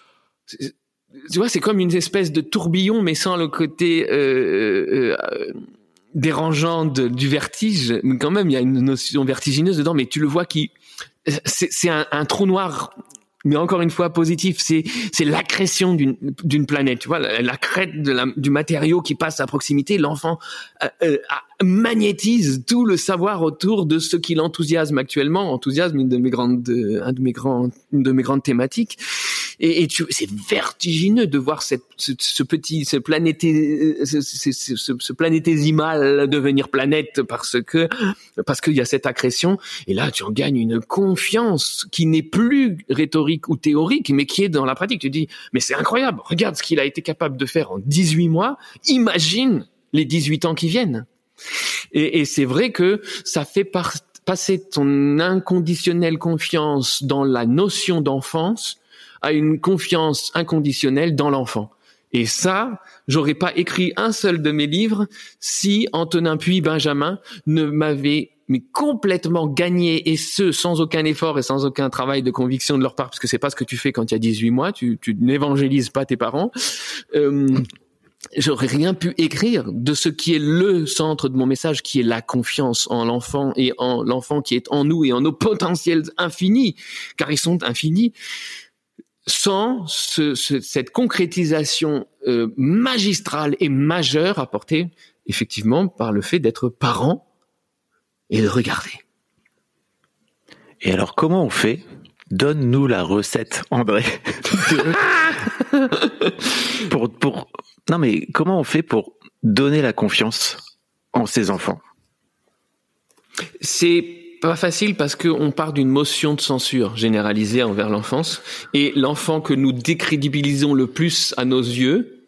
ce tu vois, c'est comme une espèce de tourbillon, mais sans le côté euh, euh, dérangeant de, du vertige. Mais quand même, il y a une notion vertigineuse dedans. Mais tu le vois qui, c'est, c'est un, un trou noir. Mais encore une fois, positif, c'est c'est l'accrétion d'une d'une planète. Tu vois, la, la crête de la, du matériau qui passe à proximité. L'enfant euh, euh, magnétise tout le savoir autour de ce qui l'enthousiasme actuellement. Enthousiasme, une de mes grandes, un de mes grands, une de mes grandes thématiques. Et, et tu, c'est vertigineux de voir cette, ce, ce petit, ce planété, ce, ce, ce, ce planétésimal devenir planète parce que, parce qu'il y a cette accrétion. Et là, tu en gagnes une confiance qui n'est plus rhétorique ou théorique, mais qui est dans la pratique. Tu dis, mais c'est incroyable. Regarde ce qu'il a été capable de faire en dix-huit mois. Imagine les dix-huit ans qui viennent. Et, et c'est vrai que ça fait par, passer ton inconditionnelle confiance dans la notion d'enfance à une confiance inconditionnelle dans l'enfant. Et ça, j'aurais pas écrit un seul de mes livres si Antonin puis Benjamin ne m'avaient mais complètement gagné, et ce, sans aucun effort et sans aucun travail de conviction de leur part, parce que c'est pas ce que tu fais quand il y a dixhuit mois, tu, tu n'évangélises pas tes parents. Euh, j'aurais rien pu écrire de ce qui est le centre de mon message, qui est la confiance en l'enfant et en l'enfant qui est en nous et en nos potentiels infinis, car ils sont infinis, sans ce, ce, cette concrétisation euh, magistrale et majeure apportée effectivement par le fait d'être parent et de regarder. Et alors, comment on fait ? Donne-nous la recette, André. pour, pour, non mais comment on fait pour donner la confiance en ses enfants ? C'est pas facile parce qu'on part d'une motion de censure généralisée envers l'enfance, et l'enfant que nous décrédibilisons le plus à nos yeux,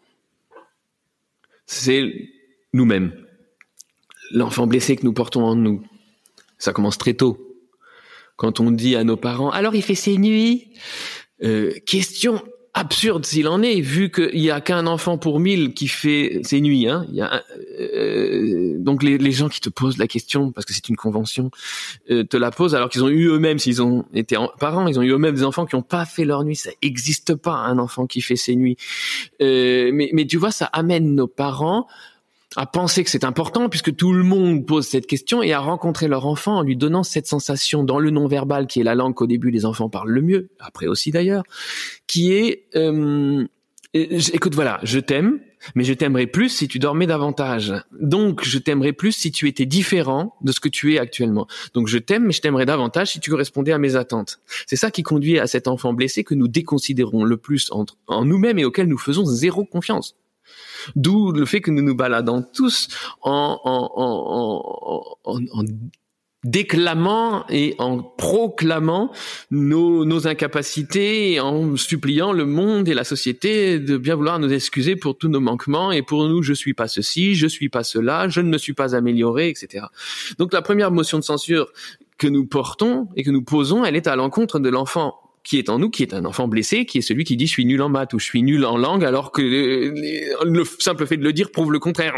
c'est nous-mêmes. L'enfant blessé que nous portons en nous. Ça commence très tôt. Quand on dit à nos parents, alors il fait ses nuits, euh, question absurde s'il en est, vu qu'il y a qu'un enfant pour mille qui fait ses nuits, hein. Il y a, euh, donc les, les gens qui te posent la question, parce que c'est une convention, euh, te la posent alors qu'ils ont eu eux-mêmes, s'ils ont été en, parents, ils ont eu eux-mêmes des enfants qui n'ont pas fait leur nuit. Ça n'existe pas, un enfant qui fait ses nuits. Euh, mais, mais tu vois, ça amène nos parents à penser que c'est important puisque tout le monde pose cette question, et à rencontrer leur enfant en lui donnant cette sensation dans le non-verbal, qui est la langue qu'au début les enfants parlent le mieux, après aussi d'ailleurs, qui est euh, écoute, voilà, je t'aime, mais je t'aimerais plus si tu dormais davantage. Donc je t'aimerais plus si tu étais différent de ce que tu es actuellement. Donc je t'aime, mais je t'aimerais davantage si tu correspondais à mes attentes. C'est ça qui conduit à cet enfant blessé que nous déconsidérons le plus entre, en nous-mêmes et auquel nous faisons zéro confiance. D'où le fait que nous nous baladons tous en, en, en, en, en, en déclamant et en proclamant nos, nos incapacités, et en suppliant le monde et la société de bien vouloir nous excuser pour tous nos manquements, et pour nous, je suis pas ceci, je suis pas cela, je ne me suis pas amélioré, et cetera. Donc la première motion de censure que nous portons et que nous posons, elle est à l'encontre de l'enfant qui est en nous, qui est un enfant blessé, qui est celui qui dit je suis nul en maths ou je suis nul en langue, alors que le simple fait de le dire prouve le contraire.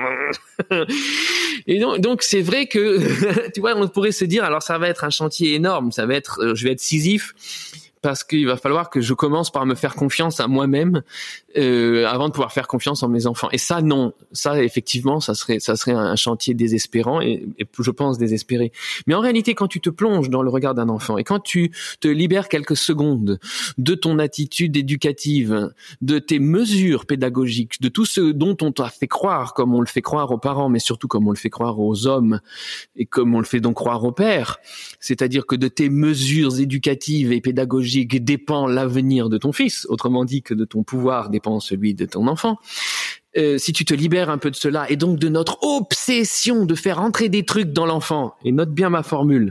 Et donc, donc c'est vrai que, tu vois, on pourrait se dire, alors ça va être un chantier énorme, ça va être, je vais être Sisyphe, parce qu'il va falloir que je commence par me faire confiance à moi-même euh, avant de pouvoir faire confiance en mes enfants. Et ça, non, ça effectivement, ça serait, ça serait un chantier désespérant et, et je pense désespéré. Mais en réalité, quand tu te plonges dans le regard d'un enfant et quand tu te libères quelques secondes de ton attitude éducative, de tes mesures pédagogiques, de tout ce dont on t'a fait croire, comme on le fait croire aux parents, mais surtout comme on le fait croire aux hommes et comme on le fait donc croire aux pères, c'est-à-dire que de tes mesures éducatives et pédagogiques dépend l'avenir de ton fils, autrement dit que de ton pouvoir dépend celui de ton enfant. Euh, si tu te libères un peu de cela, et donc de notre obsession de faire entrer des trucs dans l'enfant, et note bien ma formule,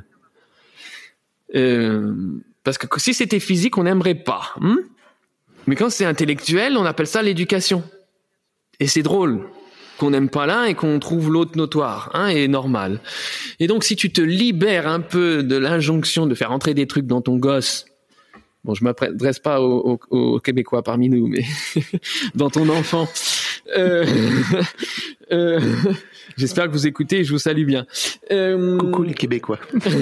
euh, parce que si c'était physique, on n'aimerait pas, hein, mais quand c'est intellectuel, on appelle ça l'éducation. Et c'est drôle qu'on n'aime pas l'un et qu'on trouve l'autre notoire, hein, et normal. Et donc si tu te libères un peu de l'injonction de faire entrer des trucs dans ton gosse, bon, je m'adresse pas aux, aux, aux Québécois parmi nous, mais dans ton enfant. Euh, euh, j'espère que vous écoutez et je vous salue bien. Euh, Coucou les Québécois.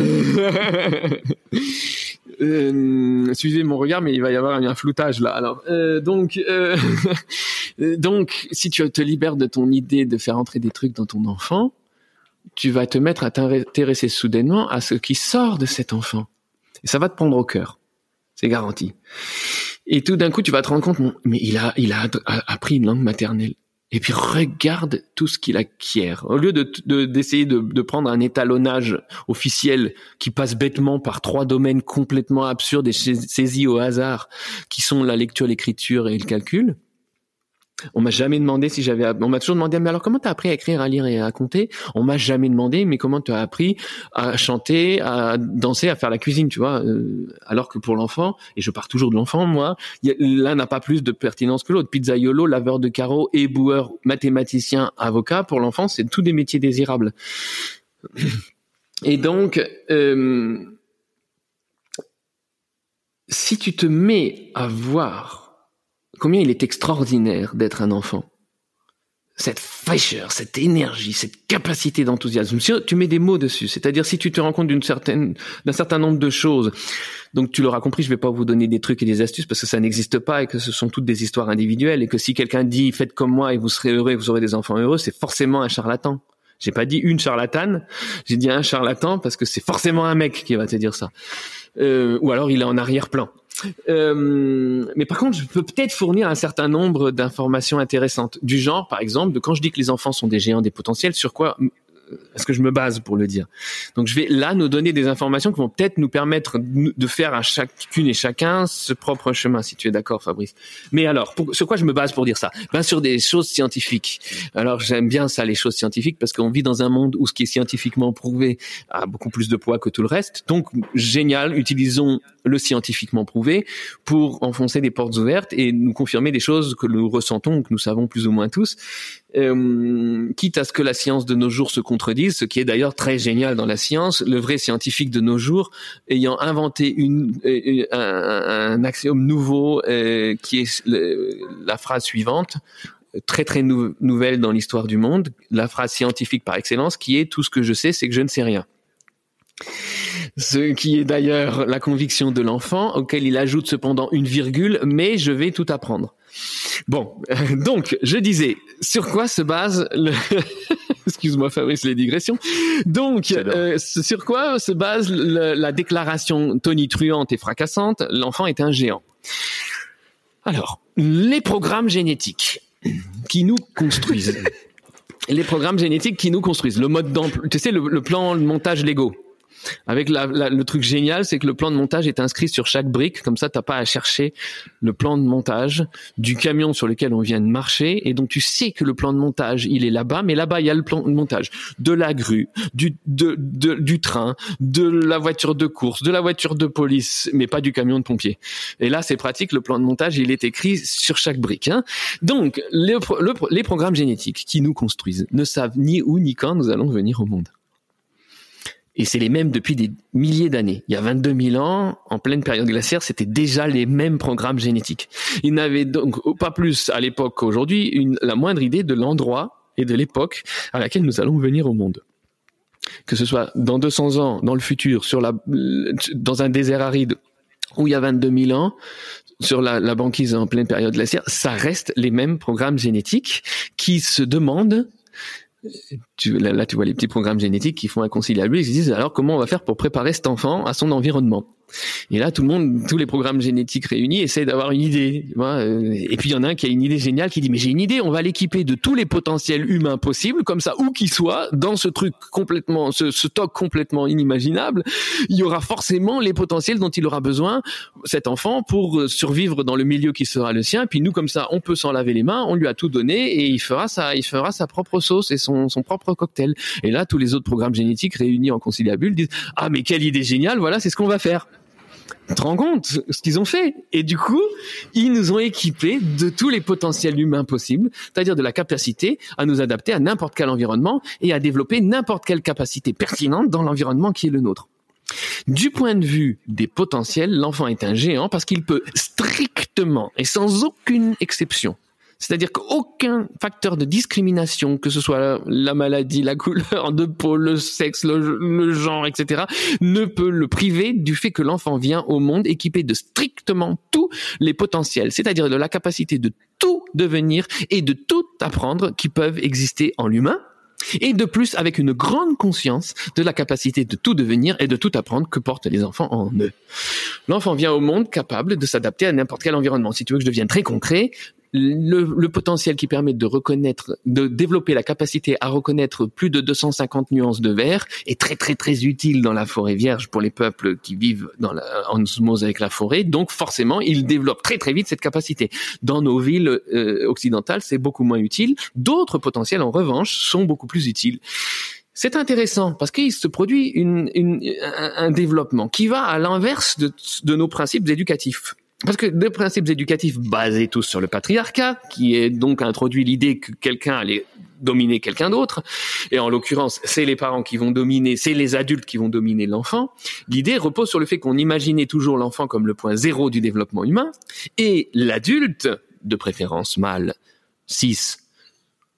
euh, suivez mon regard, mais il va y avoir un floutage là. Alors, euh, donc, euh, donc, si tu te libères de ton idée de faire entrer des trucs dans ton enfant, tu vas te mettre à t'intéresser soudainement à ce qui sort de cet enfant, et ça va te prendre au cœur. C'est garanti. Et tout d'un coup, tu vas te rendre compte, mais il a, il a appris une langue maternelle. Et puis, regarde tout ce qu'il acquiert. Au lieu de, de, d'essayer de, de prendre un étalonnage officiel qui passe bêtement par trois domaines complètement absurdes et saisis au hasard, qui sont la lecture, l'écriture et le calcul. On m'a jamais demandé si j'avais, on m'a toujours demandé, mais alors comment t'as appris à écrire, à lire et à compter? On m'a jamais demandé, mais comment t'as appris à chanter, à danser, à faire la cuisine, tu vois? Euh, alors que pour l'enfant, et je pars toujours de l'enfant, moi, y a, l'un n'a pas plus de pertinence que l'autre. Pizzaiolo, laveur de carreaux, éboueur, mathématicien, avocat, pour l'enfant, c'est tous des métiers désirables. Et donc, euh, si tu te mets à voir combien il est extraordinaire d'être un enfant. cette fraîcheur, cette énergie, cette capacité d'enthousiasme. Si tu mets des mots dessus, c'est-à-dire si tu te rends compte d'une certaine, d'un certain nombre de choses, donc tu l'auras compris, je vais pas vous donner des trucs et des astuces parce que ça n'existe pas et que ce sont toutes des histoires individuelles et que si quelqu'un dit faites comme moi et vous serez heureux et vous aurez des enfants heureux, c'est forcément un charlatan. J'ai pas dit une charlatane, j'ai dit un charlatan parce que c'est forcément un mec qui va te dire ça. Euh, ou alors il est en arrière-plan. Euh, mais par contre, je peux peut-être fournir un certain nombre d'informations intéressantes. Du genre, par exemple, de quand je dis que les enfants sont des géants des potentiels, sur quoi est-ce que je me base pour le dire? Donc je vais là nous donner des informations qui vont peut-être nous permettre de faire à chacune et chacun ce propre chemin, si tu es d'accord, Fabrice. Mais alors, pour, sur quoi je me base pour dire ça? Ben sur des choses scientifiques. Alors j'aime bien ça, les choses scientifiques, parce qu'on vit dans un monde où ce qui est scientifiquement prouvé a beaucoup plus de poids que tout le reste. Donc génial, utilisons le scientifiquement prouvé pour enfoncer des portes ouvertes et nous confirmer des choses que nous ressentons, que nous savons plus ou moins tous. Euh, quitte à ce que la science de nos jours se contredise, ce qui est d'ailleurs très génial dans la science, le vrai scientifique de nos jours ayant inventé une, une un, un axiome nouveau euh, qui est le, la phrase suivante, très très nou- nouvelle dans l'histoire du monde, la phrase scientifique par excellence qui est « tout ce que je sais, c'est que je ne sais rien ». Ce qui est d'ailleurs la conviction de l'enfant, auquel il ajoute cependant une virgule, mais je vais tout apprendre. Bon, donc, je disais, sur quoi se base le... Excuse-moi Fabrice, les digressions. Donc, euh, sur quoi se base le, la déclaration tonitruante et fracassante, l'enfant est un géant? Alors, les programmes génétiques qui nous construisent. Les programmes génétiques qui nous construisent. Le mode d'emploi, tu sais, le, le plan de montage Lego. Avec la, la, le truc génial, c'est que le plan de montage est inscrit sur chaque brique, comme ça t'as pas à chercher le plan de montage du camion sur lequel on vient de marcher, et donc tu sais que le plan de montage il est là-bas, mais là-bas il y a le plan de montage de la grue, du de, de, du train, de la voiture de course, de la voiture de police, mais pas du camion de pompier. Et là c'est pratique, le plan de montage il est écrit sur chaque brique. Hein. Donc les, le, les programmes génétiques qui nous construisent ne savent ni où ni quand nous allons venir au monde. Et c'est les mêmes depuis des milliers d'années. Il y a vingt-deux mille ans, en pleine période glaciaire, c'était déjà les mêmes programmes génétiques. Ils n'avaient donc pas plus à l'époque qu'aujourd'hui une, la moindre idée de l'endroit et de l'époque à laquelle nous allons venir au monde. Que ce soit dans deux cents ans, dans le futur, sur la, dans un désert aride, où il y a vingt-deux mille ans, sur la, la banquise en pleine période glaciaire, ça reste les mêmes programmes génétiques qui se demandent. Tu, là, là, tu vois les petits programmes génétiques qui font un conciliabule, ils se disent alors comment on va faire pour préparer cet enfant à son environnement. Et là, tout le monde, tous les programmes génétiques réunis essayent d'avoir une idée. Tu vois, et puis il y en a un qui a une idée géniale qui dit mais j'ai une idée, on va l'équiper de tous les potentiels humains possibles, comme ça où qu'il soit, dans ce truc complètement, ce, ce stock complètement inimaginable, il y aura forcément les potentiels dont il aura besoin, cet enfant, pour survivre dans le milieu qui sera le sien. Puis nous, comme ça, on peut s'en laver les mains, on lui a tout donné et il fera sa, il fera sa propre sauce et son, son propre cocktail. Et là, tous les autres programmes génétiques réunis en conciliabule disent ah mais quelle idée géniale, voilà, c'est ce qu'on va faire. Tu te rends compte ce qu'ils ont fait? Et du coup, ils nous ont équipés de tous les potentiels humains possibles, c'est-à-dire de la capacité à nous adapter à n'importe quel environnement et à développer n'importe quelle capacité pertinente dans l'environnement qui est le nôtre. Du point de vue des potentiels, l'enfant est un géant parce qu'il peut strictement et sans aucune exception, c'est-à-dire qu'aucun facteur de discrimination, que ce soit la maladie, la couleur de peau, le sexe, le, le genre, et cetera, ne peut le priver du fait que l'enfant vient au monde équipé de strictement tous les potentiels, c'est-à-dire de la capacité de tout devenir et de tout apprendre qui peuvent exister en l'humain, et de plus avec une grande conscience de la capacité de tout devenir et de tout apprendre que portent les enfants en eux. L'enfant vient au monde capable de s'adapter à n'importe quel environnement. Si tu veux que je devienne très concret, Le, le potentiel qui permet de reconnaître, de développer la capacité à reconnaître plus de deux cent cinquante nuances de vert est très très très utile dans la forêt vierge pour les peuples qui vivent dans la, en osmose avec la forêt. Donc forcément, ils développent très très vite cette capacité. Dans nos villes euh, occidentales, c'est beaucoup moins utile. D'autres potentiels, en revanche, sont beaucoup plus utiles. C'est intéressant parce qu'il se produit une, une, un, un développement qui va à l'inverse de, de nos principes éducatifs. Parce que des principes éducatifs basés tous sur le patriarcat, qui est donc introduit l'idée que quelqu'un allait dominer quelqu'un d'autre, et en l'occurrence, c'est les parents qui vont dominer, c'est les adultes qui vont dominer l'enfant. L'idée repose sur le fait qu'on imaginait toujours l'enfant comme le point zéro du développement humain, et l'adulte, de préférence mâle, cis,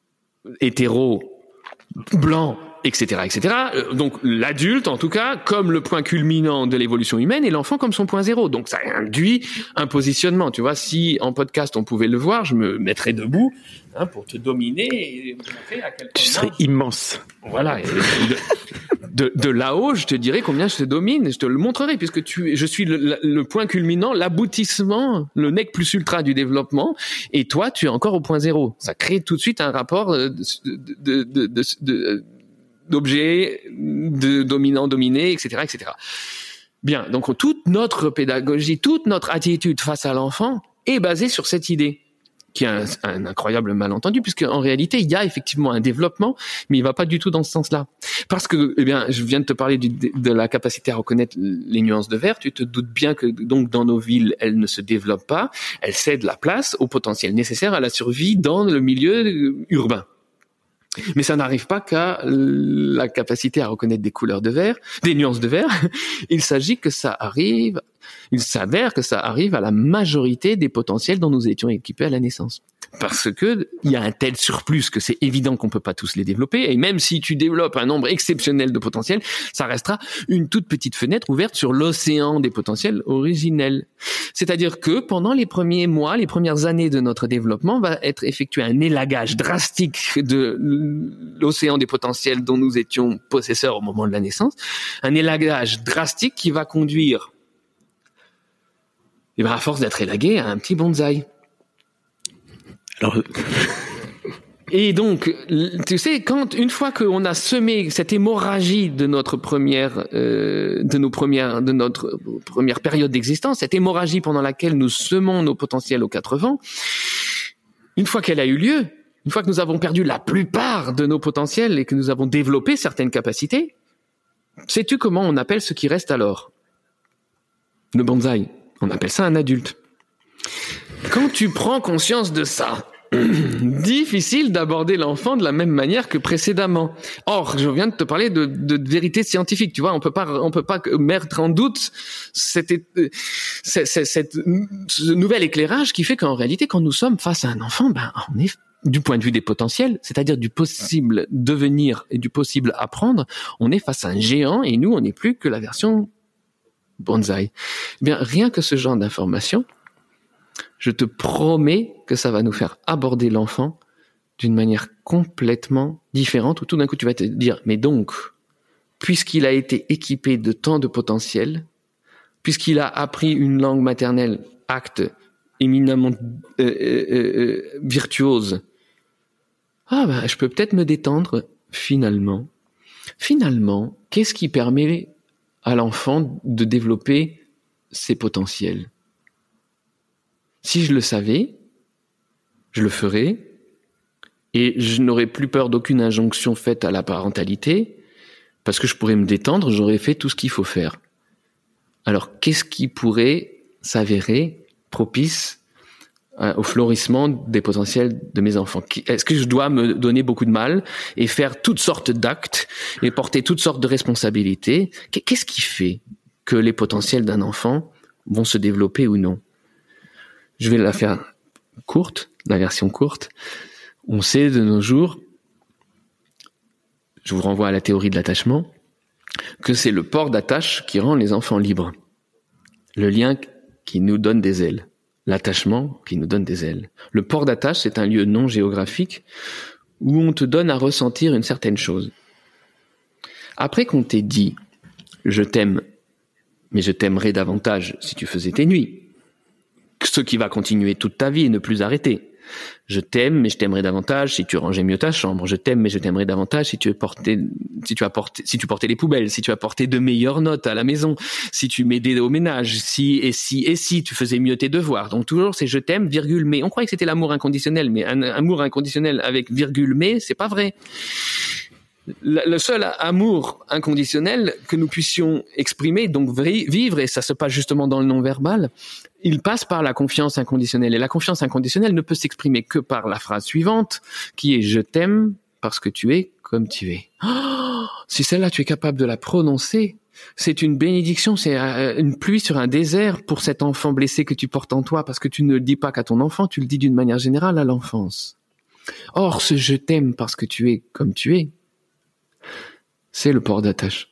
hétéro, blanc, et cetera, et cetera. Donc l'adulte, en tout cas, comme le point culminant de l'évolution humaine, et l'enfant comme son point zéro. Donc ça induit un positionnement. Tu vois, si en podcast on pouvait le voir, je me mettrais debout hein, pour te dominer et montrer à quel point tu serais immense. Voilà. Et de, de, de là-haut, je te dirais combien je te domine, et je te le montrerai, puisque tu, je suis le, le point culminant, l'aboutissement, le nec plus ultra du développement, et toi, tu es encore au point zéro. Ça crée tout de suite un rapport de, de, de, de, de, de d'objets, de dominant, dominé, et cetera, et cetera. Bien, donc toute notre pédagogie, toute notre attitude face à l'enfant est basée sur cette idée, qui est un, un incroyable malentendu, puisque en réalité, il y a effectivement un développement, mais il va pas du tout dans ce sens-là. Parce que, eh bien, je viens de te parler du, de la capacité à reconnaître les nuances de vert. Tu te doutes bien que, donc, dans nos villes, elles ne se développent pas. Elles cèdent la place au potentiel nécessaire à la survie dans le milieu urbain. Mais ça n'arrive pas qu'à la capacité à reconnaître des couleurs de vert, des nuances de vert. Il s'agit que ça arrive, il s'avère que ça arrive à la majorité des potentiels dont nous étions équipés à la naissance. Parce que il y a un tel surplus que c'est évident qu'on peut pas tous les développer. Et même si tu développes un nombre exceptionnel de potentiels, ça restera une toute petite fenêtre ouverte sur l'océan des potentiels originels. C'est-à-dire que pendant les premiers mois, les premières années de notre développement, va être effectué un élagage drastique de l'océan des potentiels dont nous étions possesseurs au moment de la naissance. Un élagage drastique qui va conduire, et ben à force d'être élagué, à un petit bonsaï. Alors, et donc, tu sais, quand une fois qu'on a semé cette hémorragie de notre première, euh, de nos premières, de notre première période d'existence, cette hémorragie pendant laquelle nous semons nos potentiels aux quatre vents, une fois qu'elle a eu lieu, une fois que nous avons perdu la plupart de nos potentiels et que nous avons développé certaines capacités, sais-tu comment on appelle ce qui reste alors? Le bonsaï. On appelle ça un adulte. Quand tu prends conscience de ça, difficile d'aborder l'enfant de la même manière que précédemment. Or, je viens de te parler de, de, de vérité scientifique. Tu vois, on peut pas, on peut pas mettre en doute cette, cette, cette, cette, ce nouvel éclairage qui fait qu'en réalité, quand nous sommes face à un enfant, ben, on est, du point de vue des potentiels, c'est-à-dire du possible devenir et du possible apprendre, on est face à un géant et nous, on n'est plus que la version bonsaï. Eh bien, rien que ce genre d'information, je te promets que ça va nous faire aborder l'enfant d'une manière complètement différente, où tout d'un coup tu vas te dire, mais donc, puisqu'il a été équipé de tant de potentiel, puisqu'il a appris une langue maternelle, acte éminemment euh, euh, euh, virtuose, ah ben, je peux peut-être me détendre finalement. Finalement, qu'est-ce qui permet à l'enfant de développer ses potentiels? Si je le savais, je le ferais, et je n'aurais plus peur d'aucune injonction faite à la parentalité, parce que je pourrais me détendre, j'aurais fait tout ce qu'il faut faire. Alors, qu'est-ce qui pourrait s'avérer propice au florissement des potentiels de mes enfants? Est-ce que je dois me donner beaucoup de mal et faire toutes sortes d'actes et porter toutes sortes de responsabilités? Qu'est-ce qui fait que les potentiels d'un enfant vont se développer ou non? Je vais la faire courte, la version courte. On sait de nos jours, je vous renvoie à la théorie de l'attachement, que c'est le port d'attache qui rend les enfants libres. Le lien qui nous donne des ailes. L'attachement qui nous donne des ailes. Le port d'attache, c'est un lieu non géographique où on te donne à ressentir une certaine chose. Après qu'on t'ait dit « je t'aime, mais je t'aimerais davantage si tu faisais tes nuits », ce qui va continuer toute ta vie et ne plus arrêter. Je t'aime, mais je t'aimerais davantage si tu rangeais mieux ta chambre. Je t'aime, mais je t'aimerais davantage si tu portais, si tu apportais, si tu portais les poubelles, si tu apportais de meilleures notes à la maison, si tu m'aidais au ménage, si et si et si tu faisais mieux tes devoirs. Donc toujours c'est je t'aime, virgule, mais. On croyait que c'était l'amour inconditionnel, mais un amour inconditionnel avec virgule, mais, c'est pas vrai. Le seul amour inconditionnel que nous puissions exprimer, donc vivre, et ça se passe justement dans le non-verbal, il passe par la confiance inconditionnelle. Et la confiance inconditionnelle ne peut s'exprimer que par la phrase suivante, qui est « je t'aime parce que tu es comme tu es oh ». Si celle-là, tu es capable de la prononcer, c'est une bénédiction, c'est une pluie sur un désert pour cet enfant blessé que tu portes en toi, parce que tu ne le dis pas qu'à ton enfant, tu le dis d'une manière générale à l'enfance. Or, ce je t'aime parce que tu es comme tu es, c'est le port d'attache.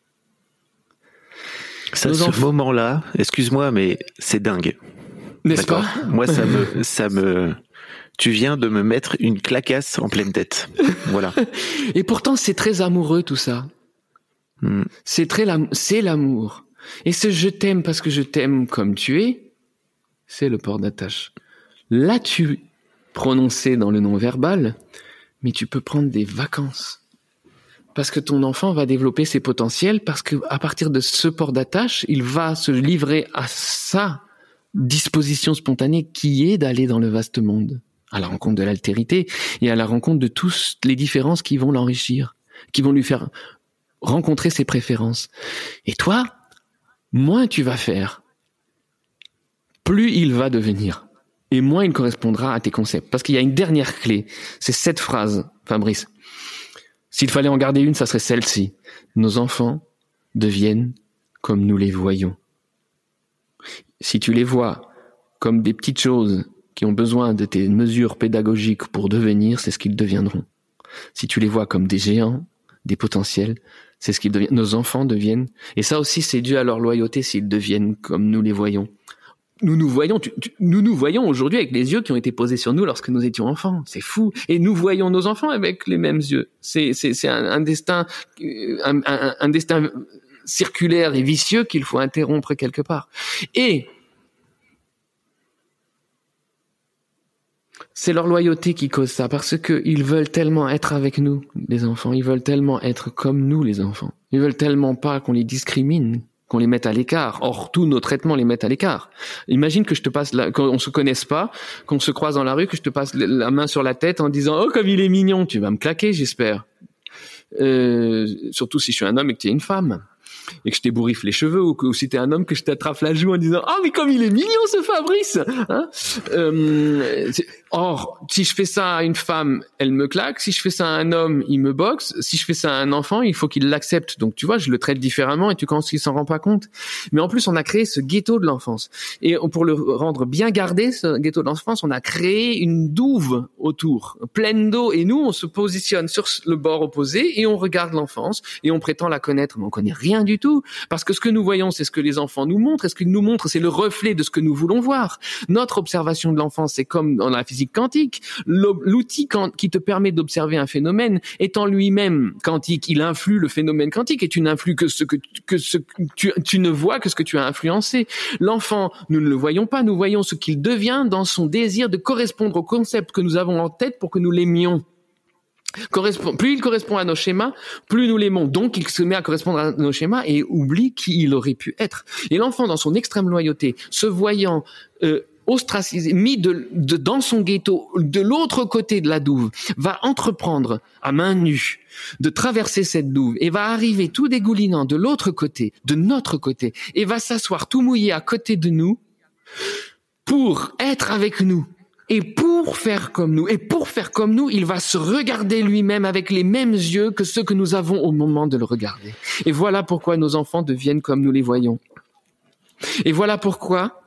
Ça, ce enf... moment-là, excuse-moi, mais c'est dingue. N'est-ce D'accord. pas? Moi, ça me, ça me, tu viens de me mettre une clacasse en pleine tête. Voilà. Et pourtant, c'est très amoureux, tout ça. Hmm. C'est très, c'est l'amour. Et ce je t'aime parce que je t'aime comme tu es, c'est le port d'attache. L'as-tu prononcé dans le non-verbal, mais tu peux prendre des vacances. Parce que ton enfant va développer ses potentiels, parce que à partir de ce port d'attache, il va se livrer à sa disposition spontanée qui est d'aller dans le vaste monde, à la rencontre de l'altérité et à la rencontre de toutes les différences qui vont l'enrichir, qui vont lui faire rencontrer ses préférences. Et toi, moins tu vas faire, plus il va devenir, et moins il correspondra à tes concepts. Parce qu'il y a une dernière clé, c'est cette phrase, Fabrice. S'il fallait en garder une, ça serait celle-ci. Nos enfants deviennent comme nous les voyons. Si tu les vois comme des petites choses qui ont besoin de tes mesures pédagogiques pour devenir, c'est ce qu'ils deviendront. Si tu les vois comme des géants, des potentiels, c'est ce qu'ils deviennent. Nos enfants deviennent, et ça aussi c'est dû à leur loyauté s'ils deviennent comme nous les voyons. Nous nous voyons, tu, tu, nous nous voyons aujourd'hui avec les yeux qui ont été posés sur nous lorsque nous étions enfants. C'est fou. Et nous voyons nos enfants avec les mêmes yeux. C'est, c'est, c'est un, un destin, un, un, un destin circulaire et vicieux qu'il faut interrompre quelque part. Et c'est leur loyauté qui cause ça, parce que ils veulent tellement être avec nous, les enfants. Ils veulent tellement être comme nous, les enfants. Ils veulent tellement pas qu'on les discrimine, qu'on les mette à l'écart. Or, tous nos traitements les mettent à l'écart. Imagine que je te passe, la, qu'on se connaisse pas, qu'on se croise dans la rue, que je te passe la main sur la tête en disant « Oh, comme il est mignon !» Tu vas me claquer, j'espère. Euh, surtout si je suis un homme et que tu es une femme. Et que je t'ébouriffe les cheveux, ou que ou si t'es un homme, que je t'attrape la joue en disant « Ah, oh, mais comme il est mignon, ce Fabrice !» hein euh, Or, si je fais ça à une femme, elle me claque. Si je fais ça à un homme, il me boxe. Si je fais ça à un enfant, il faut qu'il l'accepte. Donc, tu vois, je le traite différemment et tu penses qu'il s'en rend pas compte. Mais en plus, on a créé ce ghetto de l'enfance. Et pour le rendre bien gardé, ce ghetto de l'enfance, on a créé une douve autour, pleine d'eau. Et nous, on se positionne sur le bord opposé et on regarde l'enfance et on prétend la connaître. Mais on connaît rien du tout. Parce que ce que nous voyons, c'est ce que les enfants nous montrent. Et ce qu'ils nous montrent, c'est le reflet de ce que nous voulons voir. Notre observation de l'enfance, c'est comme dans la physique quantique. L'outil qui te permet d'observer un phénomène étant lui-même quantique, il influe le phénomène quantique et tu n'influes que ce que, que ce que tu, tu ne vois que ce que tu as influencé. L'enfant, nous ne le voyons pas, nous voyons ce qu'il devient dans son désir de correspondre au concept que nous avons en tête pour que nous l'aimions. Correspond, plus il correspond à nos schémas, plus nous l'aimons. Donc, il se met à correspondre à nos schémas et oublie qui il aurait pu être. Et l'enfant, dans son extrême loyauté, se voyant euh, ostracisé, mis de, de, dans son ghetto, de l'autre côté de la douve, va entreprendre à main nue de traverser cette douve et va arriver tout dégoulinant de l'autre côté, de notre côté, et va s'asseoir tout mouillé à côté de nous pour être avec nous. Et pour faire comme nous, et pour faire comme nous, il va se regarder lui-même avec les mêmes yeux que ceux que nous avons au moment de le regarder. Et voilà pourquoi nos enfants deviennent comme nous les voyons. Et voilà pourquoi,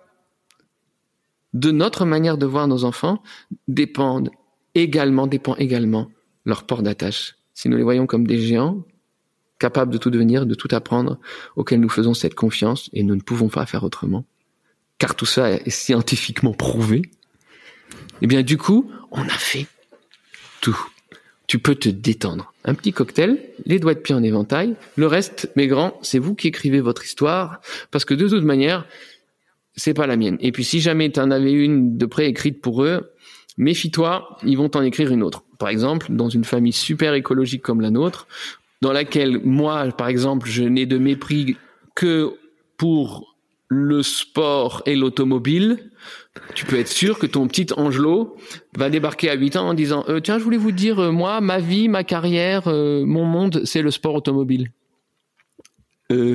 de notre manière de voir nos enfants, dépendent également, dépend également leur port d'attache. Si nous les voyons comme des géants, capables de tout devenir, de tout apprendre, auxquels nous faisons cette confiance, et nous ne pouvons pas faire autrement, car tout ça est scientifiquement prouvé, eh bien, du coup, on a fait tout. Tu peux te détendre. Un petit cocktail, les doigts de pied en éventail. Le reste, mes grands, c'est vous qui écrivez votre histoire, parce que de toute manière, c'est pas la mienne. Et puis, si jamais t'en avais une de près écrite pour eux, méfie-toi, ils vont t'en écrire une autre. Par exemple, dans une famille super écologique comme la nôtre, dans laquelle moi, par exemple, je n'ai de mépris que pour le sport et l'automobile, tu peux être sûr que ton petit Angelo va débarquer à huit ans en disant euh, « Tiens, je voulais vous dire, euh, moi, ma vie, ma carrière, euh, mon monde, c'est le sport automobile. Euh, »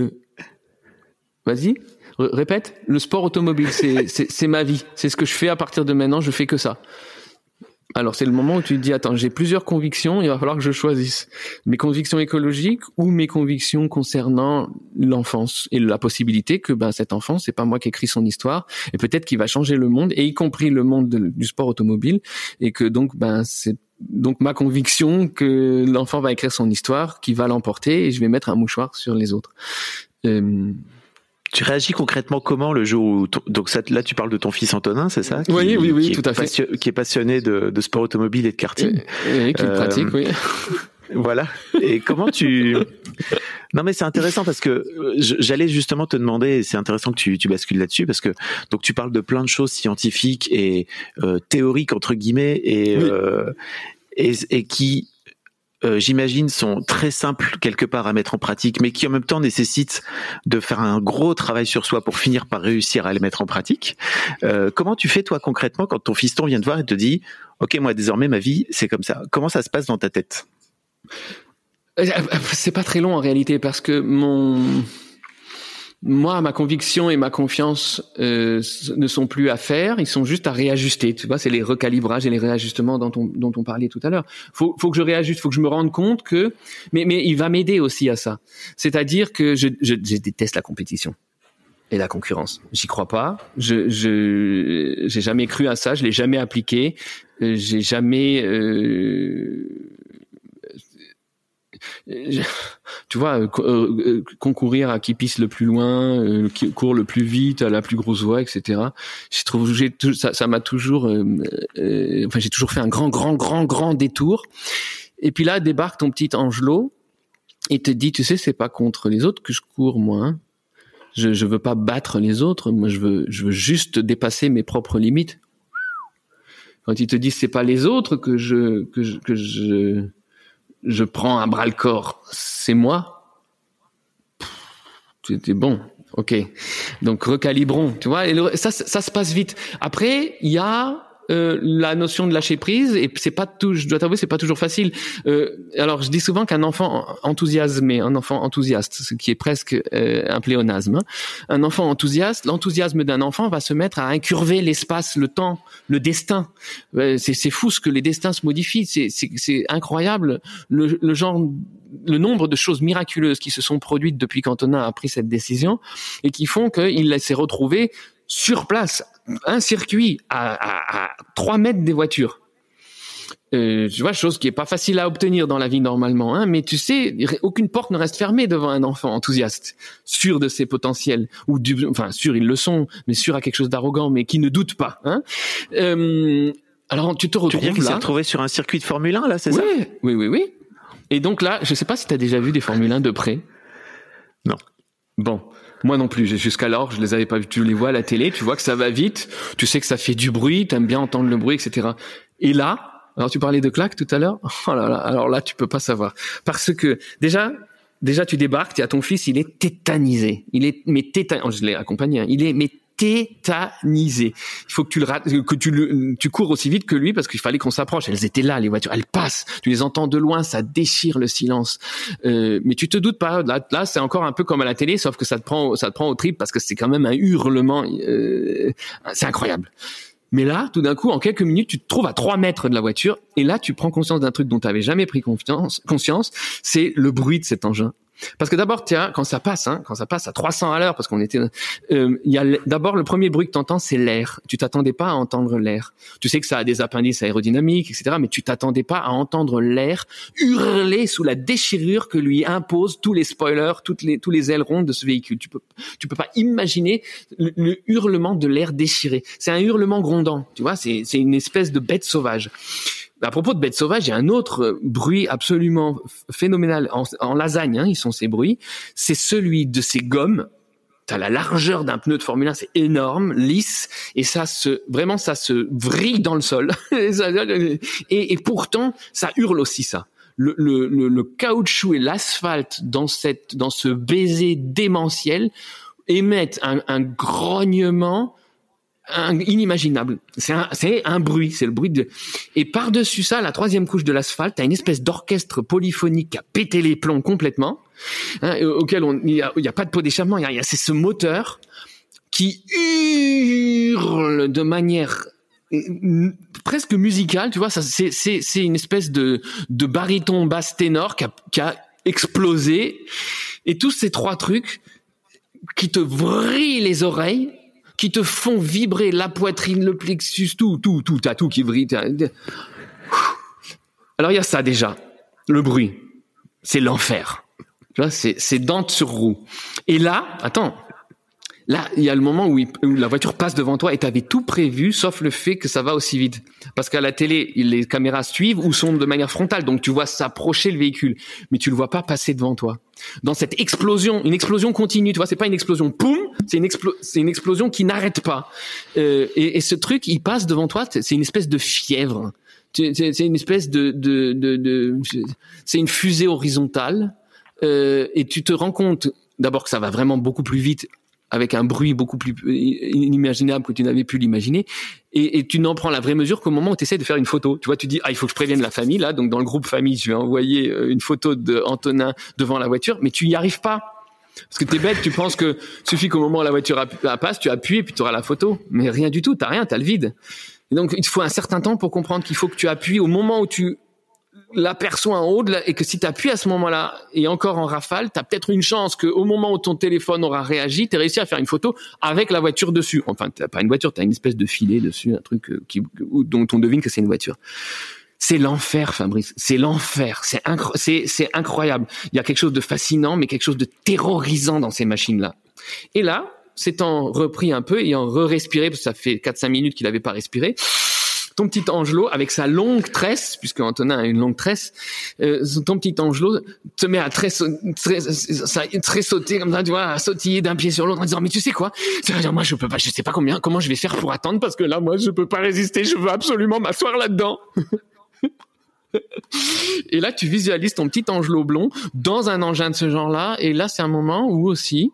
Vas-y, r- répète. Le sport automobile, c'est, c'est, c'est ma vie. C'est ce que je fais à partir de maintenant, je fais que ça. Alors c'est le moment où tu te dis attends, j'ai plusieurs convictions, il va falloir que je choisisse mes convictions écologiques ou mes convictions concernant l'enfance et la possibilité que ben cet enfant, c'est pas moi qui écris son histoire et peut-être qu'il va changer le monde et y compris le monde de, du sport automobile et que donc ben c'est donc ma conviction que l'enfant va écrire son histoire, qui va l'emporter et je vais mettre un mouchoir sur les autres. Euh... Tu réagis concrètement comment le jour où ton, donc ça, là tu parles de ton fils Antonin, c'est ça? Qui, oui, oui, oui, qui tout à fait. Passion, qui est passionné de, de sport automobile et de karting. Et, et qui euh, pratique, oui. Voilà. Et comment tu... Non mais c'est intéressant parce que j'allais justement te demander, et c'est intéressant que tu, tu bascules là-dessus parce que donc tu parles de plein de choses scientifiques et euh, théoriques entre guillemets et oui. euh, et, et qui Euh, j'imagine, sont très simples quelque part à mettre en pratique, mais qui en même temps nécessitent de faire un gros travail sur soi pour finir par réussir à les mettre en pratique. Euh, comment tu fais toi concrètement quand ton fiston vient te voir et te dit « Ok, moi désormais ma vie c'est comme ça ». Comment ça se passe dans ta tête? C'est pas très long en réalité parce que mon... Moi, ma conviction et ma confiance euh, ne sont plus à faire, ils sont juste à réajuster. Tu vois, c'est les recalibrages et les réajustements dont on, dont on parlait tout à l'heure. Faut, faut que je réajuste, faut que je me rende compte que, mais, mais il va m'aider aussi à ça. C'est-à-dire que je, je, je déteste la compétition et la concurrence. J'y crois pas. Je, je, j'ai jamais cru à ça. Je l'ai jamais appliqué. Euh, j'ai jamais. Euh, tu vois, euh, euh, concourir à qui pisse le plus loin, euh, qui court le plus vite, à la plus grosse voix, et cetera. Je trouve, j'ai ça, ça m'a toujours, euh, euh, enfin, j'ai toujours fait un grand, grand, grand, grand détour. Et puis là, débarque ton petit Angelo et te dit, tu sais, c'est pas contre les autres que je cours, moi. Hein. Je, je veux pas battre les autres. Moi, je veux, je veux juste dépasser mes propres limites. Quand il te dit, c'est pas les autres que je, que je, que je je prends un bras-le-corps, c'est moi. C'était bon, ok. Donc recalibrons, tu vois. Et le, ça, ça se passe vite. Après, il y a euh, la notion de lâcher prise, et c'est pas tout. Je dois t'avouer, c'est pas toujours facile. Euh, alors, je dis souvent qu'un enfant enthousiasmé, un enfant enthousiaste, ce qui est presque euh, un pléonasme, hein. Un enfant enthousiaste, l'enthousiasme d'un enfant va se mettre à incurver l'espace, le temps, le destin. Euh, c'est, c'est fou ce que les destins se modifient. C'est, c'est, c'est incroyable le, le genre, le nombre de choses miraculeuses qui se sont produites depuis qu'Antonin a pris cette décision et qui font qu'il s'est retrouvé sur place, un circuit à, à, à trois mètres des voitures. Euh, tu vois, chose qui est pas facile à obtenir dans la vie normalement, hein, mais tu sais, aucune porte ne reste fermée devant un enfant enthousiaste, sûr de ses potentiels, ou du, enfin, sûr ils le sont, mais sûr à quelque chose d'arrogant, mais qui ne doute pas, hein. Euh, alors, tu te retrouves là. Tu veux dire qu'il s'est retrouvé sur un circuit de Formule un, là, c'est oui, ça? Oui, oui, oui. Et donc là, je sais pas si t'as déjà vu des Formule un de près. Non. Bon. Moi non plus, jusqu'alors, je les avais pas vus. Tu les vois à la télé, tu vois que ça va vite, tu sais que ça fait du bruit, t'aimes bien entendre le bruit, et cetera. Et là, alors tu parlais de claque tout à l'heure, oh là là, alors là, tu peux pas savoir. Parce que, déjà, déjà tu débarques, tu as ton fils, il est tétanisé. Il est, mais tétanisé, je l'ai accompagné, hein. Il est, mais tétanisé. Il faut que tu le rates, que tu le, tu cours aussi vite que lui parce qu'il fallait qu'on s'approche. Elles étaient là, les voitures. Elles passent. Tu les entends de loin, ça déchire le silence. Euh, mais tu te doutes pas. Là, là, c'est encore un peu comme à la télé, sauf que ça te prend, ça te prend au trip parce que c'est quand même un hurlement. Euh, c'est incroyable. Mais là, tout d'un coup, en quelques minutes, tu te trouves à trois mètres de la voiture et là, tu prends conscience d'un truc dont tu avais jamais pris confiance, conscience. C'est le bruit de cet engin. Parce que d'abord, tiens, quand ça passe, hein, quand ça passe à trois cents à l'heure, parce qu'on était, euh, il y a d'abord le premier bruit que t'entends, c'est l'air. Tu t'attendais pas à entendre l'air. Tu sais que ça a des appendices aérodynamiques, et cetera, mais tu t'attendais pas à entendre l'air hurler sous la déchirure que lui imposent tous les spoilers, toutes les, tous les ailerons de ce véhicule. Tu peux, tu peux pas imaginer le, le hurlement de l'air déchiré. C'est un hurlement grondant, tu vois, c'est, c'est une espèce de bête sauvage. À propos de bêtes sauvages, il y a un autre bruit absolument phénoménal en, en lasagne, hein, ils sont ces bruits. C'est celui de ces gommes. T'as la largeur d'un pneu de Formule un, c'est énorme, lisse, et ça se, vraiment, ça se vrille dans le sol. et, et pourtant, ça hurle aussi, ça. Le, le, le, le caoutchouc et l'asphalte dans cette, dans ce baiser démentiel émettent un, un grognement Un, inimaginable. C'est un, c'est un bruit, c'est le bruit de... Et par-dessus ça, la troisième couche de l'asphalte, t'as une espèce d'orchestre polyphonique qui a pété les plombs complètement, hein, auquel on, il y a, il y a pas de pot d'échappement, il y a, il y a c'est ce moteur qui hurle de manière presque musical, tu vois, ça, c'est, c'est, c'est une espèce de, de baryton basse ténor qui a, qui a explosé. Et tous ces trois trucs qui te vrillent les oreilles, qui te font vibrer la poitrine, le plexus, tout, tout, tout, t'as tout qui vrille. Alors, il y a ça déjà. Le bruit. C'est l'enfer. Tu vois, c'est, c'est Dante sur roue. Et là, attends. Là, il y a le moment où, il, où la voiture passe devant toi et t'avais tout prévu, sauf le fait que ça va aussi vite. Parce qu'à la télé, les caméras suivent ou sont de manière frontale, donc tu vois s'approcher le véhicule, mais tu le vois pas passer devant toi. Dans cette explosion, une explosion continue, tu vois, c'est pas une explosion, poum, c'est une, explo- c'est une explosion qui n'arrête pas. Euh, et, et ce truc, il passe devant toi, c'est une espèce de fièvre. C'est, c'est une espèce de, de, de, de, c'est une fusée horizontale. Euh, et tu te rends compte, d'abord que ça va vraiment beaucoup plus vite, avec un bruit beaucoup plus inimaginable que tu n'avais pu l'imaginer, et, et tu n'en prends la vraie mesure qu'au moment où tu essaies de faire une photo. Tu vois, tu dis, ah, il faut que je prévienne la famille, là, donc dans le groupe famille, je vais envoyer une photo d'Antonin devant la voiture, mais tu n'y arrives pas. Parce que t'es bête, tu penses que suffit qu'au moment où la voiture passe, tu appuies et puis tu auras la photo. Mais rien du tout, t'as rien, t'as le vide. Et donc, il te faut un certain temps pour comprendre qu'il faut que tu appuies au moment où tu l'aperçois en haut de la, et que si tu appuies à ce moment-là et encore en rafale, tu as peut-être une chance qu'au moment où ton téléphone aura réagi, tu aies réussi à faire une photo avec la voiture dessus. Enfin, tu n'as pas une voiture, tu as une espèce de filet dessus, un truc qui, dont on devine que c'est une voiture. C'est l'enfer, Fabrice. C'est l'enfer. C'est, incro- c'est, c'est incroyable. Il y a quelque chose de fascinant, mais quelque chose de terrorisant dans ces machines-là. Et là, s'étant repris un peu, ayant re-respiré, parce que ça fait quatre cinq minutes qu'il n'avait pas respiré, ton petit Angelo, avec sa longue tresse, puisque Antonin a une longue tresse, euh, ton petit Angelo te met à très, très, très, très sauter comme ça, tu vois, à sautiller d'un pied sur l'autre en disant, mais tu sais quoi, moi je peux pas, je sais pas combien, comment je vais faire pour attendre, parce que là, moi, je peux pas résister, je veux absolument m'asseoir là-dedans. Et là, tu visualises ton petit Angelo blond dans un engin de ce genre-là, et là, c'est un moment où aussi,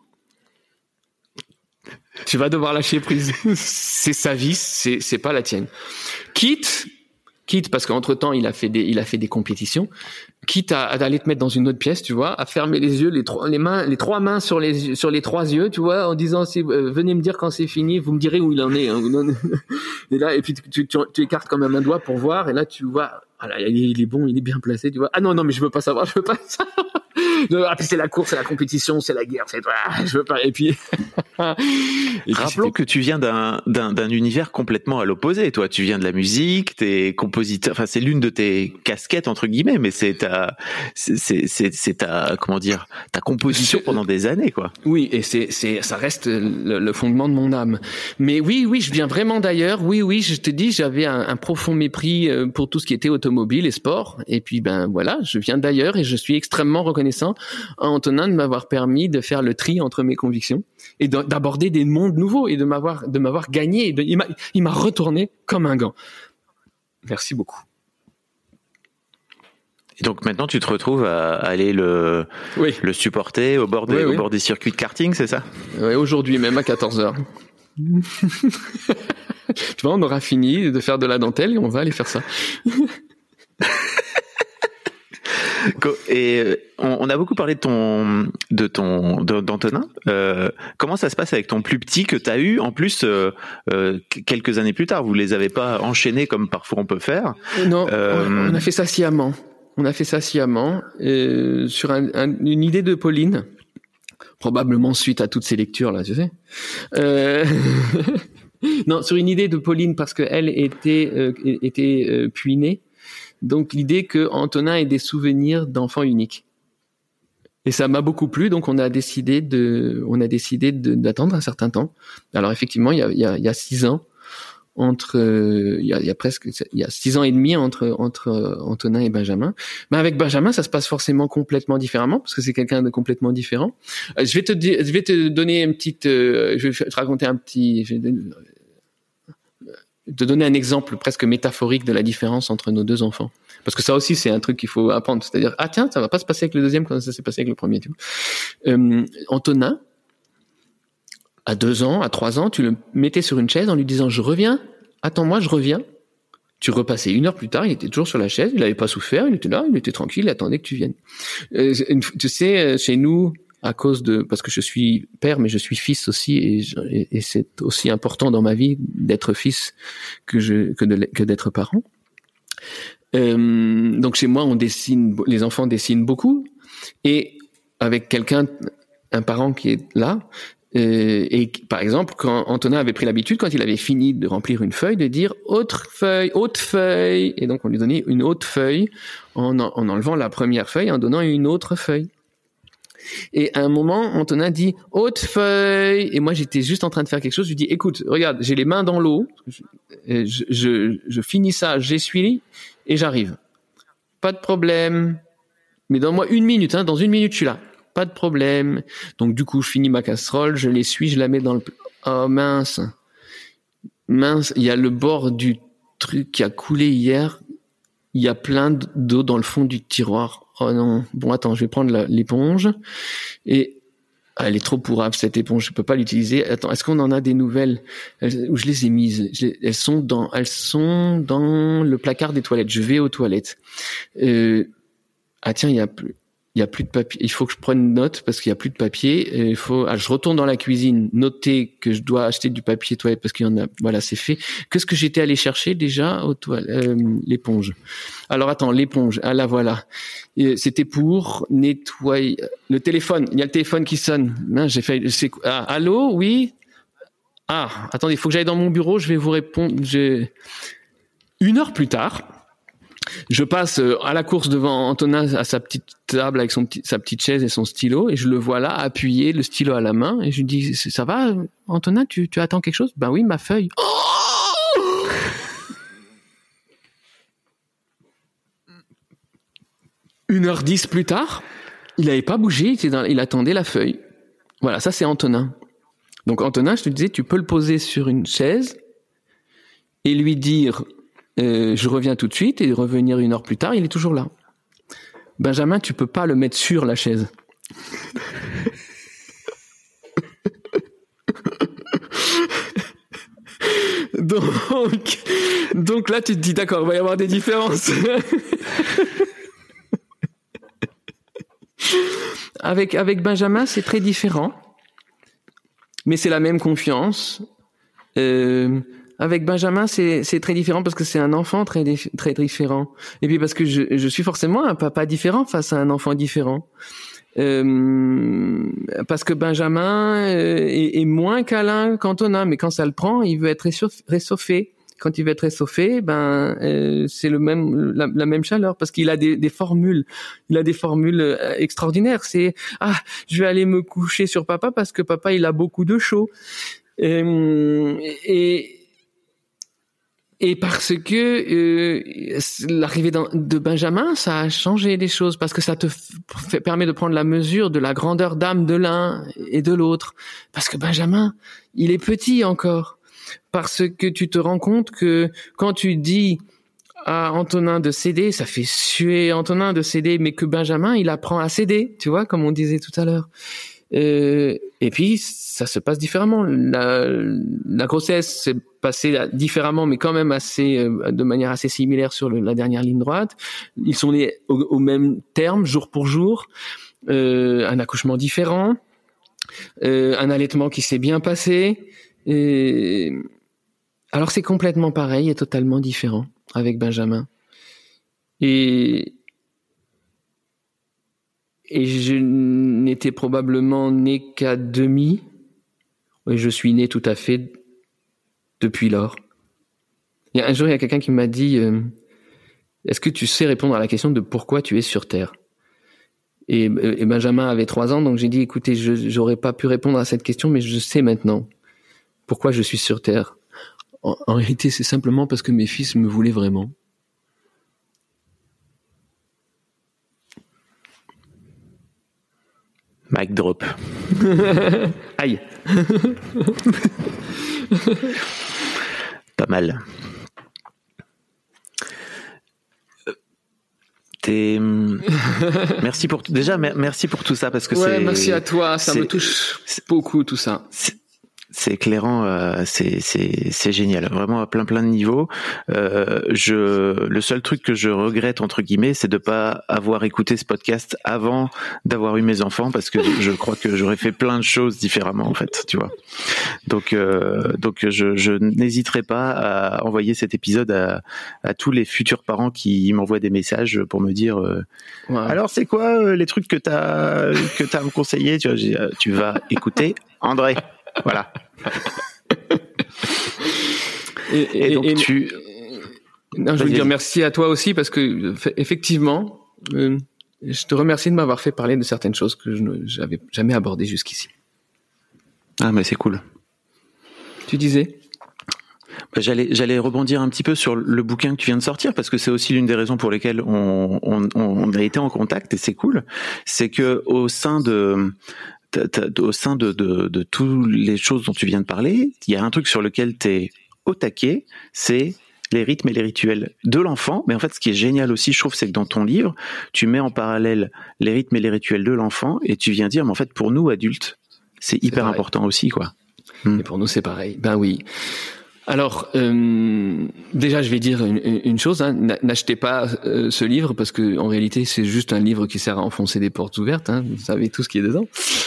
tu vas devoir lâcher prise. C'est sa vie, c'est, c'est pas la tienne. Quitte, quitte, parce qu'entre temps, il a fait des, il a fait des compétitions. Quitte à, à aller te mettre dans une autre pièce, tu vois, à fermer les yeux, les trois, les mains, les trois mains sur les, sur les trois yeux, tu vois, en disant, si, euh, venez me dire quand c'est fini, vous me direz où il en est, hein. Et là, et puis tu, tu, tu, tu écartes quand même un doigt pour voir, et là, tu vois, ah là, il est bon, il est bien placé, tu vois. Ah non, non, mais je veux pas savoir, je veux pas savoir. Ah, puis c'est la course, c'est la compétition, c'est la guerre, c'est ah, je veux pas. Et puis, et puis rappelons que tu viens d'un, d'un d'un univers complètement à l'opposé. Toi, tu viens de la musique, t'es compositeur. Enfin, c'est l'une de tes casquettes entre guillemets, mais c'est ta, c'est c'est c'est, c'est ta, comment dire, ta composition pendant des années, quoi. Oui, et c'est c'est ça reste le, le fondement de mon âme. Mais oui, oui, je viens vraiment d'ailleurs. Oui, oui, je te dis, j'avais un, un profond mépris pour tout ce qui était automobile et sport. Et puis, ben voilà, je viens d'ailleurs et je suis extrêmement reconnaissant à Antonin de m'avoir permis de faire le tri entre mes convictions et d'aborder des mondes nouveaux et de m'avoir de m'avoir gagné. Et de, il m'a il m'a retourné comme un gant. Merci beaucoup. Et donc maintenant tu te retrouves à aller le oui. le supporter au bord des oui, oui. au bord des circuits de karting, c'est ça? Oui, aujourd'hui même à quatorze heures. Tu vois, on aura fini de faire de la dentelle et on va aller faire ça. Et on a beaucoup parlé de ton, de ton, d'Antonin. Euh, comment ça se passe avec ton plus petit que t'as eu en plus euh, euh, quelques années plus tard? Vous les avez pas enchaînés comme parfois on peut faire? Non, euh... on a fait ça sciemment. On a fait ça sciemment euh, sur un, un, une idée de Pauline, probablement suite à toutes ces lectures là, tu sais. Euh... non, sur une idée de Pauline parce que elle était euh, était euh, puinée. Donc l'idée que Antonin ait des souvenirs d'enfant unique. Et ça m'a beaucoup plu, donc on a décidé de, on a décidé de, d'attendre un certain temps. Alors effectivement, il y a, il y a, il y a six ans entre, euh, il y a, il y a presque, il y a six ans et demi entre entre Antonin et Benjamin. Mais avec Benjamin, ça se passe forcément complètement différemment parce que c'est quelqu'un de complètement différent. Euh, je vais te, je vais te donner une petite, euh, je vais te raconter un petit. Je vais te donner un exemple presque métaphorique de la différence entre nos deux enfants. Parce que ça aussi, c'est un truc qu'il faut apprendre. C'est-à-dire, ah tiens, ça va pas se passer avec le deuxième comme ça s'est passé avec le premier. Tu vois. Euh, Antonin, à deux ans, à trois ans, tu le mettais sur une chaise en lui disant, je reviens, attends-moi, je reviens. Tu repassais une heure plus tard, il était toujours sur la chaise, il avait pas souffert, il était là, il était tranquille, il attendait que tu viennes. Euh, tu sais, chez nous, à cause de parce que je suis père, mais je suis fils aussi, et, je, et, et c'est aussi important dans ma vie d'être fils que je que, de, que d'être parent. Euh, donc chez moi, on dessine, les enfants dessinent beaucoup, et avec quelqu'un, un parent qui est là. Euh, et par exemple, quand Antonin avait pris l'habitude, quand il avait fini de remplir une feuille, de dire autre feuille, autre feuille, et donc on lui donnait une autre feuille en, en enlevant la première feuille, en donnant une autre feuille. Et à un moment, Antonin dit autre feuille, et moi j'étais juste en train de faire quelque chose. Je lui dis écoute, regarde, j'ai les mains dans l'eau, je, je, je, je finis ça, j'essuie et j'arrive. Pas de problème, mais donne-moi une minute, hein, dans une minute je suis là. Pas de problème. Donc du coup, je finis ma casserole, je l'essuie, je la mets dans le... Oh mince. Mince, il y a le bord du truc qui a coulé hier. Il y a plein d'eau dans le fond du tiroir. Oh non. Bon, attends, je vais prendre la, l'éponge. Et ah, elle est trop pourrave, cette éponge. Je peux pas l'utiliser. Attends, est-ce qu'on en a des nouvelles où je les ai mises? je les... Elles sont dans, elles sont dans le placard des toilettes. Je vais aux toilettes. Euh... Ah tiens, il y a plus... Il y a plus de papier. Il faut que je prenne note parce qu'il y a plus de papier. Il faut. Ah, je retourne dans la cuisine, noter que je dois acheter du papier toilette parce qu'il y en a. Voilà, c'est fait. Qu'est-ce que j'étais allé chercher déjà aux toilettes? euh, L'éponge. Alors attends, l'éponge. Ah là voilà. Et c'était pour nettoyer le téléphone. Il y a le téléphone qui sonne. Non, j'ai fait. C'est... Ah, allô, oui. Ah, attendez, il faut que j'aille dans mon bureau. Je vais vous répondre. J'ai... Une heure plus tard. Je passe à la course devant Antonin à sa petite table avec son petit, sa petite chaise et son stylo, et je le vois là appuyé, le stylo à la main, et je lui dis ça va Antonin, tu, tu attends quelque chose? Ben oui, ma feuille. Oh Une heure dix plus tard, il n'avait pas bougé, il, était dans, il attendait la feuille. Voilà, ça c'est Antonin. Donc Antonin, je te disais, tu peux le poser sur une chaise et lui dire Euh, je reviens tout de suite, et revenir une heure plus tard, il est toujours là. Benjamin, tu peux pas le mettre sur la chaise. donc, donc là, tu te dis, d'accord, il va y avoir des différences. avec, avec Benjamin, c'est très différent. Mais c'est la même confiance. Euh, Avec Benjamin, c'est, c'est très différent parce que c'est un enfant très, très différent. Et puis parce que je, je suis forcément un papa différent face à un enfant différent. Euh, parce que Benjamin est, est moins câlin qu'Antonin, mais quand ça le prend, il veut être réchauffé. Quand il veut être réchauffé, ben euh, c'est le même, la, la même chaleur parce qu'il a des, des formules. Il a des formules extraordinaires. C'est ah, je vais aller me coucher sur papa parce que papa il a beaucoup de chaud. Euh, et Et parce que euh, l'arrivée de Benjamin, ça a changé les choses, parce que ça te fait, permet de prendre la mesure de la grandeur d'âme de l'un et de l'autre. Parce que Benjamin, il est petit encore. Parce que tu te rends compte que quand tu dis à Antonin de céder, ça fait suer Antonin de céder, mais que Benjamin, il apprend à céder, tu vois, comme on disait tout à l'heure. Euh, et puis ça se passe différemment. La, la grossesse s'est passée différemment, mais quand même assez, euh, de manière assez similaire sur le, la dernière ligne droite. Ils sont nés au, au même terme, jour pour jour. Euh, un accouchement différent, euh, un allaitement qui s'est bien passé. Et... Alors c'est complètement pareil et totalement différent avec Benjamin. Et Et je n'étais probablement né qu'à demi. Et je suis né tout à fait depuis lors. Il y a un jour, il y a quelqu'un qui m'a dit euh, « Est-ce que tu sais répondre à la question de pourquoi tu es sur Terre ?» et, et Benjamin avait trois ans, donc j'ai dit « Écoutez, je j'aurais pas pu répondre à cette question, mais je sais maintenant pourquoi je suis sur Terre. En, en réalité, c'est simplement parce que mes fils me voulaient vraiment. » Mic drop. Aïe. Pas mal. T'es... Merci pour tout. Déjà, merci pour tout ça parce que ouais, c'est. Merci à toi. Ça c'est... me touche beaucoup tout ça. C'est... c'est éclairant, euh, c'est c'est c'est génial, vraiment à plein plein de niveaux. Euh, je le seul truc que je regrette entre guillemets, c'est de pas avoir écouté ce podcast avant d'avoir eu mes enfants, parce que je crois que j'aurais fait plein de choses différemment en fait, tu vois. Donc euh, donc je je n'hésiterai pas à envoyer cet épisode à à tous les futurs parents qui m'envoient des messages pour me dire euh, wow. Alors c'est quoi euh, les trucs que t'as que t'as à me conseiller, tu vois, j'ai, tu vas écouter André. Voilà. et, et, et donc et, tu. Non, je veux dire merci à toi aussi parce que effectivement, euh, je te remercie de m'avoir fait parler de certaines choses que je n'avais jamais abordées jusqu'ici. Ah mais c'est cool. Tu disais? Bah, j'allais j'allais rebondir un petit peu sur le bouquin que tu viens de sortir parce que c'est aussi l'une des raisons pour lesquelles on on, on a été en contact et c'est cool. C'est que au sein de T'as, t'as, au sein de, de, de toutes les choses dont tu viens de parler, il y a un truc sur lequel t'es au taquet, c'est les rythmes et les rituels de l'enfant. Mais en fait, ce qui est génial aussi, je trouve, c'est que dans ton livre, tu mets en parallèle les rythmes et les rituels de l'enfant et tu viens dire, mais en fait, pour nous, adultes, c'est, c'est hyper pareil. Important aussi, quoi. Et pour nous, c'est pareil. Ben oui. Alors, euh, déjà, je vais dire une, une chose, hein, n'achetez pas euh, ce livre parce que en réalité, c'est juste un livre qui sert à enfoncer des portes ouvertes. Hein, vous savez tout ce qui est dedans,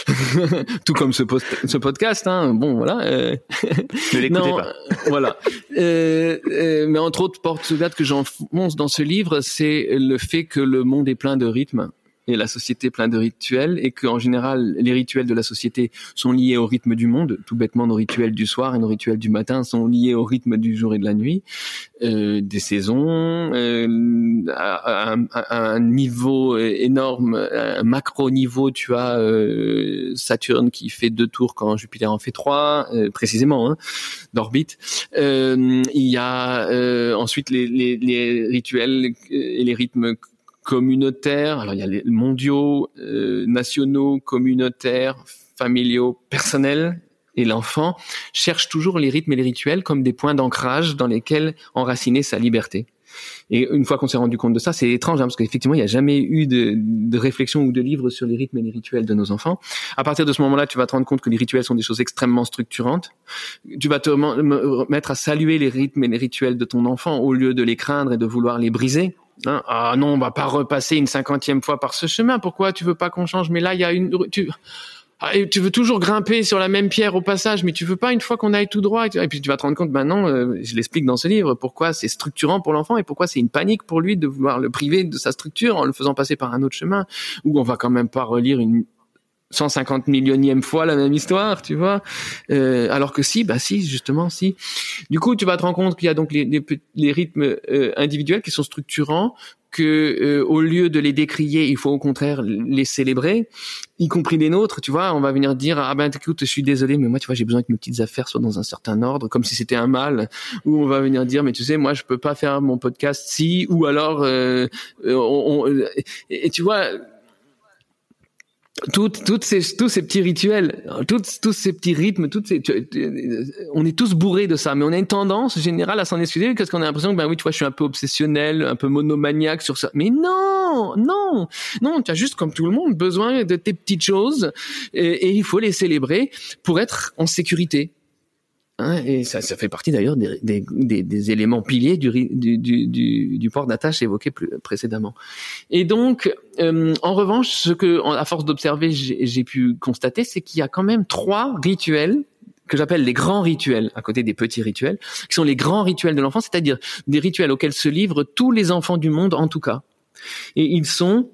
tout comme ce, post- ce podcast. Hein, bon, voilà. Euh... Ne l'écoutez non, pas. Voilà. Euh, euh, mais entre autres portes ouvertes que j'enfonce dans ce livre, c'est le fait que le monde est plein de rythmes. Et la société plein de rituels, et qu'en général, les rituels de la société sont liés au rythme du monde. Tout bêtement, nos rituels du soir et nos rituels du matin sont liés au rythme du jour et de la nuit, euh, des saisons, euh, à, à, à un niveau énorme, un macro niveau. Tu as euh, Saturne qui fait deux tours quand Jupiter en fait trois, euh, précisément, hein, d'orbite. Euh, il y a euh, ensuite les, les, les rituels et les rythmes communautaires, alors il y a les mondiaux, euh, nationaux, communautaires, familiaux, personnels, et l'enfant cherche toujours les rythmes et les rituels comme des points d'ancrage dans lesquels enraciner sa liberté. Et une fois qu'on s'est rendu compte de ça, c'est étrange, hein, parce qu'effectivement, il n'y a jamais eu de, de réflexion ou de livre sur les rythmes et les rituels de nos enfants. À partir de ce moment-là, tu vas te rendre compte que les rituels sont des choses extrêmement structurantes. Tu vas te mettre à saluer les rythmes et les rituels de ton enfant au lieu de les craindre et de vouloir les briser. Hein, ah non, on va pas repasser une cinquantième fois par ce chemin. Pourquoi tu veux pas qu'on change? Mais là, il y a une... Tu... Ah, tu veux toujours grimper sur la même pierre au passage, mais tu veux pas une fois qu'on aille tout droit. Et puis tu vas te rendre compte, maintenant, euh, je l'explique dans ce livre, pourquoi c'est structurant pour l'enfant et pourquoi c'est une panique pour lui de vouloir le priver de sa structure en le faisant passer par un autre chemin, où on va quand même pas relire une cent cinquante millionième fois la même histoire, tu vois. Euh, alors que si, bah si, justement, si. Du coup, tu vas te rendre compte qu'il y a donc les, les, les rythmes euh, individuels qui sont structurants, que euh, au lieu de les décrier, il faut au contraire les célébrer, y compris les nôtres, tu vois. On va venir dire, ah ben écoute, je suis désolé, mais moi, tu vois, j'ai besoin que mes petites affaires soient dans un certain ordre, comme si c'était un mal. Ou on va venir dire, mais tu sais, moi, je peux pas faire mon podcast si, ou alors, euh, on, on, et, et tu vois. Toutes, toutes ces, tous ces petits rituels, toutes, tous ces petits rythmes, toutes ces, tu, tu, on est tous bourrés de ça, mais on a une tendance générale à s'en excuser parce qu'on a l'impression que ben oui, tu vois, je suis un peu obsessionnel, un peu monomaniaque sur ça. Mais non, non, non, tu as juste comme tout le monde besoin de tes petites choses et, et il faut les célébrer pour être en sécurité. Hein, et ça, ça fait partie d'ailleurs des, des, des, des éléments piliers du, du, du, du, du port d'attache évoqué plus précédemment. Et donc, euh, en revanche, ce que, à force d'observer, j'ai, j'ai pu constater, c'est qu'il y a quand même trois rituels que j'appelle les grands rituels, à côté des petits rituels, qui sont les grands rituels de l'enfant, c'est-à-dire des rituels auxquels se livrent tous les enfants du monde, en tout cas. Et ils sont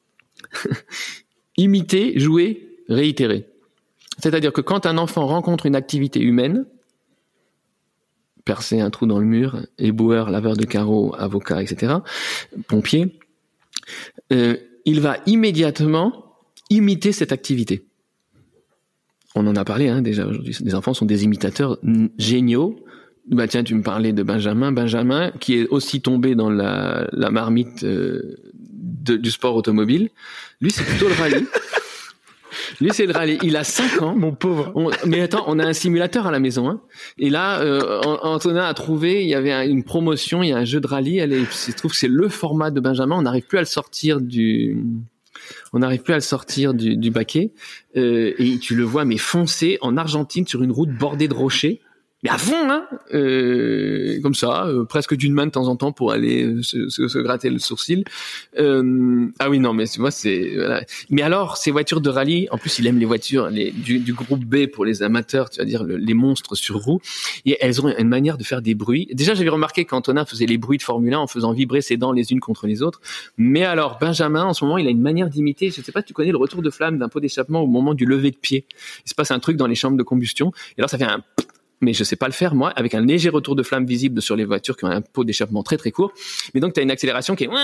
imités, joués, réitérés. C'est-à-dire que quand un enfant rencontre une activité humaine, percer un trou dans le mur, éboueur, laveur de carreaux, avocat, et cetera, pompier, euh, il va immédiatement imiter cette activité. On en a parlé hein, déjà aujourd'hui. Les enfants sont des imitateurs géniaux. Bah tiens, tu me parlais de Benjamin. Benjamin, qui est aussi tombé dans la, la marmite euh, de, du sport automobile. Lui, c'est plutôt le rallye. Lui, c'est le rallye. Il a cinq ans. Mon pauvre. On, mais attends, on a un simulateur à la maison. Hein. Et là, euh, Antonin a trouvé, il y avait une promotion, il y a un jeu de rallye. Elle est, je trouve que c'est le format de Benjamin. On n'arrive plus à le sortir du On n'arrive plus à le sortir du, du baquet. Euh, et tu le vois, mais foncer en Argentine sur une route bordée de rochers. Mais à fond, hein, euh, comme ça, euh, presque d'une main de temps en temps pour aller euh, se, se, se gratter le sourcil. Euh, ah oui, non, mais tu vois, c'est. Voilà. Mais alors, ces voitures de rallye, en plus, il aime les voitures les, du, du groupe B pour les amateurs, tu vas dire le, les monstres sur roues. Et elles ont une manière de faire des bruits. Déjà, j'avais remarqué qu'Antonin faisait les bruits de Formule un en faisant vibrer ses dents les unes contre les autres. Mais alors, Benjamin, en ce moment, il a une manière d'imiter. Je ne sais pas si tu connais le retour de flamme d'un pot d'échappement au moment du lever de pied. Il se passe un truc dans les chambres de combustion. Et alors, ça fait un mais je sais pas le faire moi, avec un léger retour de flamme visible sur les voitures qui ont un pot d'échappement très très court. Mais donc tu as une accélération qui est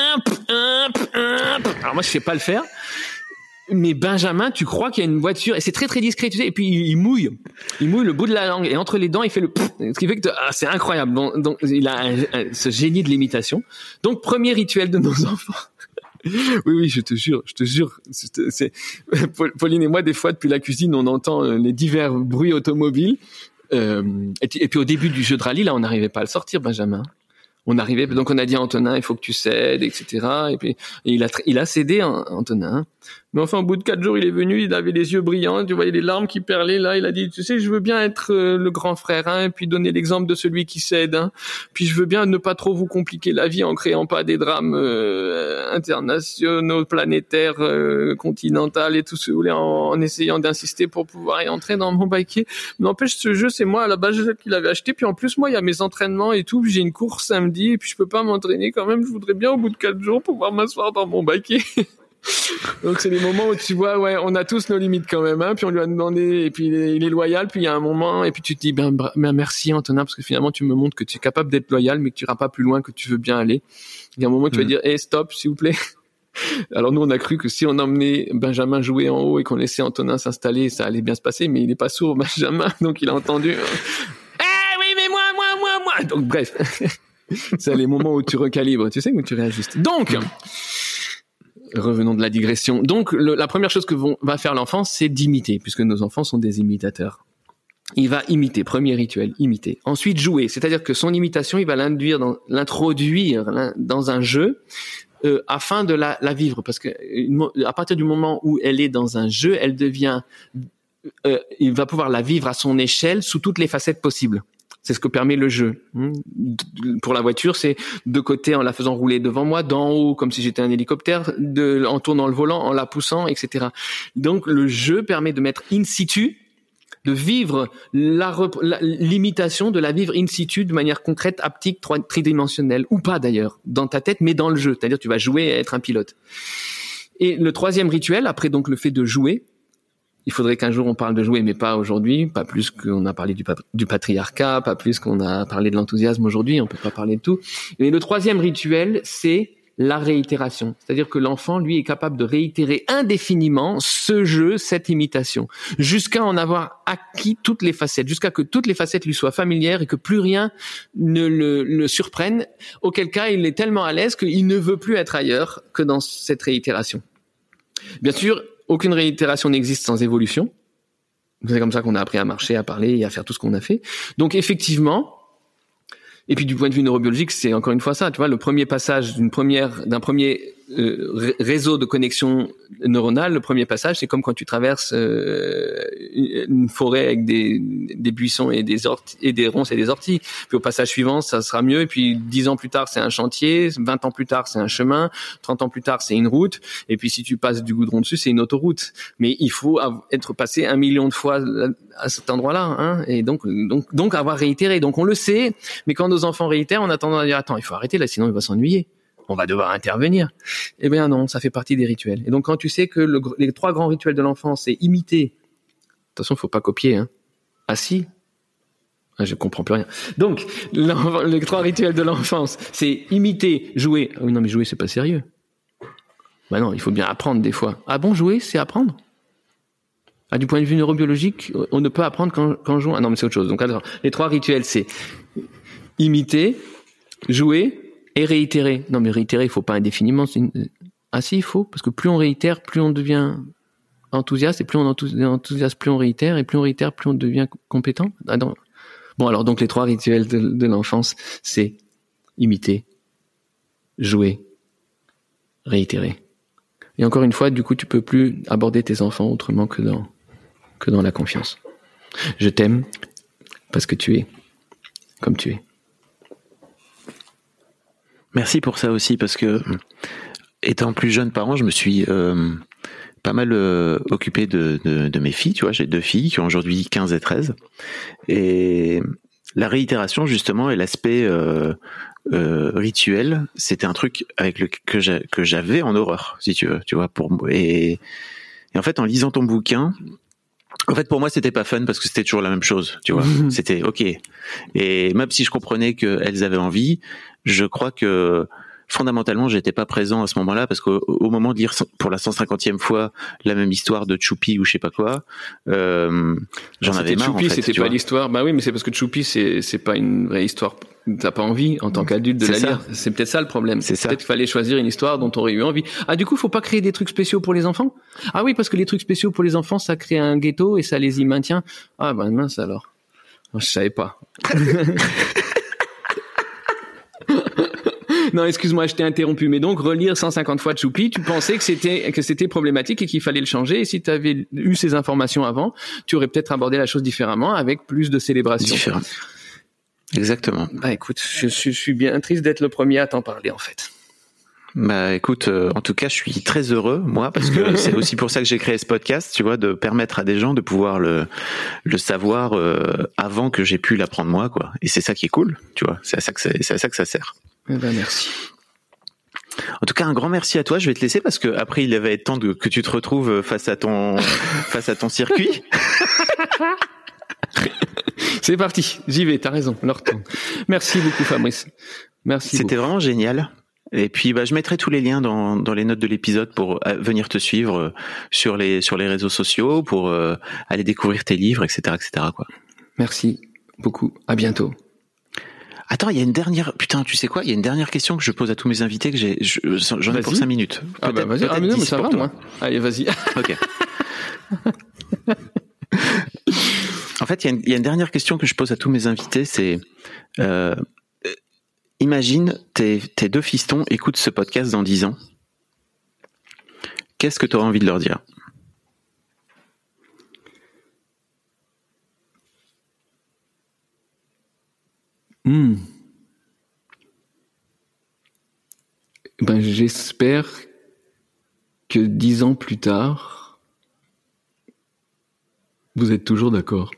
alors moi je sais pas le faire. Mais Benjamin, tu crois qu'il y a une voiture et c'est très très discret, tu sais, et puis il mouille, il mouille le bout de la langue et entre les dents il fait le ce qui fait que ah, c'est incroyable. Donc, donc il a un, un, ce génie de l'imitation. Donc premier rituel de nos enfants. Oui, oui, je te jure, je te jure. C'est, c'est... Pauline et moi, des fois, depuis la cuisine, on entend les divers bruits automobiles. Euh, et, et puis au début du jeu de rallye, là, on n'arrivait pas à le sortir, Benjamin. On arrivait, donc on a dit à Antonin, il faut que tu cèdes, et cetera. Et puis et il a, il a cédé, Antonin. Mais enfin, au bout de quatre jours, il est venu, il avait les yeux brillants, tu voyais les larmes qui perlaient là. Il a dit, tu sais, je veux bien être euh, le grand frère, hein, et puis donner l'exemple de celui qui cède. Hein. Puis je veux bien ne pas trop vous compliquer la vie en créant pas des drames euh, internationaux, planétaires, euh, continentaux et tout ce que vous voulez, en, en essayant d'insister pour pouvoir y entrer dans mon baquet. Mais n'empêche, ce jeu, c'est moi à la base qu'il avait acheté. Puis en plus, moi, il y a mes entraînements et tout. Puis j'ai une course samedi, et puis je peux pas m'entraîner quand même. Je voudrais bien, au bout de quatre jours, pouvoir m'asseoir dans mon baquet. Donc c'est les moments où tu vois, ouais, on a tous nos limites quand même, hein. Puis on lui a demandé, et puis il est, il est loyal. Puis il y a un moment, et puis tu te dis, ben, ben merci Antonin, parce que finalement tu me montres que tu es capable d'être loyal, mais que tu iras pas plus loin que tu veux bien aller. Il y a un moment où tu mmh. vas dire, hey, stop, s'il vous plaît. Alors nous on a cru que si on emmenait Benjamin jouer en haut et qu'on laissait Antonin s'installer, ça allait bien se passer, mais il est pas sourd, Benjamin, donc il a entendu. Eh oui, mais moi, moi, moi, moi. Donc bref, c'est les moments où tu recalibres, tu sais, où tu réajustes. Donc. Revenons de la digression. Donc, le, la première chose que vont, va faire l'enfant, c'est d'imiter, puisque nos enfants sont des imitateurs. Il va imiter, premier rituel, imiter. Ensuite, jouer, c'est-à-dire que son imitation, il va l'induire dans, l'introduire dans un jeu euh, afin de la, la vivre, parce que à partir du moment où elle est dans un jeu, elle devient, euh, il va pouvoir la vivre à son échelle sous toutes les facettes possibles. C'est ce que permet le jeu. Pour la voiture, c'est de côté en la faisant rouler devant moi, d'en haut comme si j'étais un hélicoptère, de, en tournant le volant, en la poussant, et cetera. Donc le jeu permet de mettre in situ, de vivre la, la, l'imitation, de la vivre in situ de manière concrète, haptique, tridimensionnelle, ou pas d'ailleurs, dans ta tête, mais dans le jeu. C'est-à-dire tu vas jouer à être un pilote. Et le troisième rituel, après donc le fait de jouer, il faudrait qu'un jour on parle de jouer, mais pas aujourd'hui, pas plus qu'on a parlé du, pat- du patriarcat, pas plus qu'on a parlé de l'enthousiasme aujourd'hui, on peut pas parler de tout. Et le troisième rituel, c'est la réitération. C'est-à-dire que l'enfant, lui, est capable de réitérer indéfiniment ce jeu, cette imitation, jusqu'à en avoir acquis toutes les facettes, jusqu'à que toutes les facettes lui soient familières et que plus rien ne le, le surprenne, auquel cas il est tellement à l'aise qu'il ne veut plus être ailleurs que dans cette réitération. Bien sûr, aucune réitération n'existe sans évolution. C'est comme ça qu'on a appris à marcher, à parler et à faire tout ce qu'on a fait. Donc effectivement, et puis du point de vue neurobiologique, c'est encore une fois ça. Tu vois, le premier passage d'une première, d'un premier euh, réseau de connexion neuronale, le premier passage, c'est comme quand tu traverses euh, une forêt avec des, des buissons et des orties, et des ronces et des orties. Puis au passage suivant, ça sera mieux. Et puis dix ans plus tard, c'est un chantier. Vingt ans plus tard, c'est un chemin. Trente ans plus tard, c'est une route. Et puis si tu passes du goudron dessus, c'est une autoroute. Mais il faut être passé un million de fois à cet endroit-là, hein. Et donc, donc, donc avoir réitéré. Donc on le sait. Mais quand nos enfants réitèrent, on a tendance à dire attends, il faut arrêter là, sinon il va s'ennuyer. On va devoir intervenir. Eh bien non, ça fait partie des rituels. Et donc quand tu sais que le, les trois grands rituels de l'enfance, c'est imiter. Attention, faut pas copier, hein. Ah si. Ah, je comprends plus rien. Donc les trois rituels de l'enfance, c'est imiter, jouer. Ah oui, non mais jouer c'est pas sérieux. Bah non, il faut bien apprendre des fois. Ah bon, jouer c'est apprendre. Ah, du point de vue neurobiologique, on ne peut apprendre qu'en, qu'en jouant. Ah non mais c'est autre chose. Donc alors, les trois rituels, c'est imiter, jouer et réitérer. Non, mais réitérer, il faut pas indéfiniment. Une... Ah si, il faut, parce que plus on réitère, plus on devient enthousiaste, et plus on est enthousiaste, plus on réitère, et plus on réitère, plus on devient compétent. Ah non. Bon, alors donc les trois rituels de, de l'enfance, c'est imiter, jouer, réitérer. Et encore une fois, du coup, tu peux plus aborder tes enfants autrement que dans, que dans la confiance. Je t'aime parce que tu es comme tu es. Merci pour ça aussi, parce que étant plus jeune parent, je me suis euh, pas mal euh, occupé de, de, de mes filles. Tu vois, j'ai deux filles qui ont aujourd'hui quinze et treize. Et la réitération, justement, et l'aspect euh, euh, rituel, c'était un truc avec le que, j'a, que j'avais en horreur, si tu veux. Tu vois, pour et, et en fait, en lisant ton bouquin, en fait, pour moi, c'était pas fun parce que c'était toujours la même chose, tu vois. Mmh. C'était ok. Et même si je comprenais qu'elles avaient envie, je crois que fondamentalement, j'étais pas présent à ce moment-là parce qu'au au moment de lire pour la cent cinquantième fois la même histoire de Choupi ou je sais pas quoi, euh, j'en c'était avais marre. Choupi, en fait, c'était tu pas vois. l'histoire. Bah oui, mais c'est parce que Choupi, c'est c'est pas une vraie histoire. T'as pas envie en tant qu'adulte de c'est la ça. lire. C'est peut-être ça le problème. C'est ça. Peut-être qu'il fallait choisir une histoire dont t'aurais eu envie. Ah, du coup, faut pas créer des trucs spéciaux pour les enfants. Ah oui, parce que les trucs spéciaux pour les enfants, ça crée un ghetto et ça les y maintient. Ah ben mince alors. Je savais pas. Non, excuse-moi, je t'ai interrompu. Mais donc, relire cent cinquante fois Choupi, tu pensais que c'était, que c'était problématique et qu'il fallait le changer. Et si tu avais eu ces informations avant, tu aurais peut-être abordé la chose différemment avec plus de célébration. Différent. Exactement. Bah écoute, je suis, je suis bien triste d'être le premier à t'en parler, en fait. Bah écoute, euh, en tout cas, je suis très heureux, moi, parce que c'est aussi pour ça que j'ai créé ce podcast, tu vois, de permettre à des gens de pouvoir le le savoir euh, avant que j'ai pu l'apprendre moi, quoi. Et c'est ça qui est cool, tu vois. C'est à ça que c'est, c'est à ça que ça sert. Eh ben merci. En tout cas, un grand merci à toi. Je vais te laisser parce que après, il va être temps de, que tu te retrouves face à ton face à ton circuit. C'est parti, j'y vais. T'as raison. Leur temps. Merci beaucoup, Fabrice. Merci. C'était beaucoup. vraiment génial. Et puis, bah, je mettrai tous les liens dans, dans les notes de l'épisode pour euh, venir te suivre euh, sur les sur les réseaux sociaux, pour euh, aller découvrir tes livres, et cetera, et cetera, quoi. Merci beaucoup. À bientôt. Attends, il y a une dernière. Putain, tu sais quoi? Il y a une dernière question que je pose à tous mes invités que j'ai. Je, j'en ai Vas-y. pour cinq minutes. Ah bah vas-y. Ah mais non, mais ça va, moi. Allez, vas-y. Ok. En fait, il y, a une, il y a une dernière question que je pose à tous mes invités, c'est euh, imagine tes, tes deux fistons écoutent ce podcast dans dix ans. Qu'est-ce que tu auras envie de leur dire? Hmm. Ben, j'espère que dix ans plus tard, vous êtes toujours d'accord.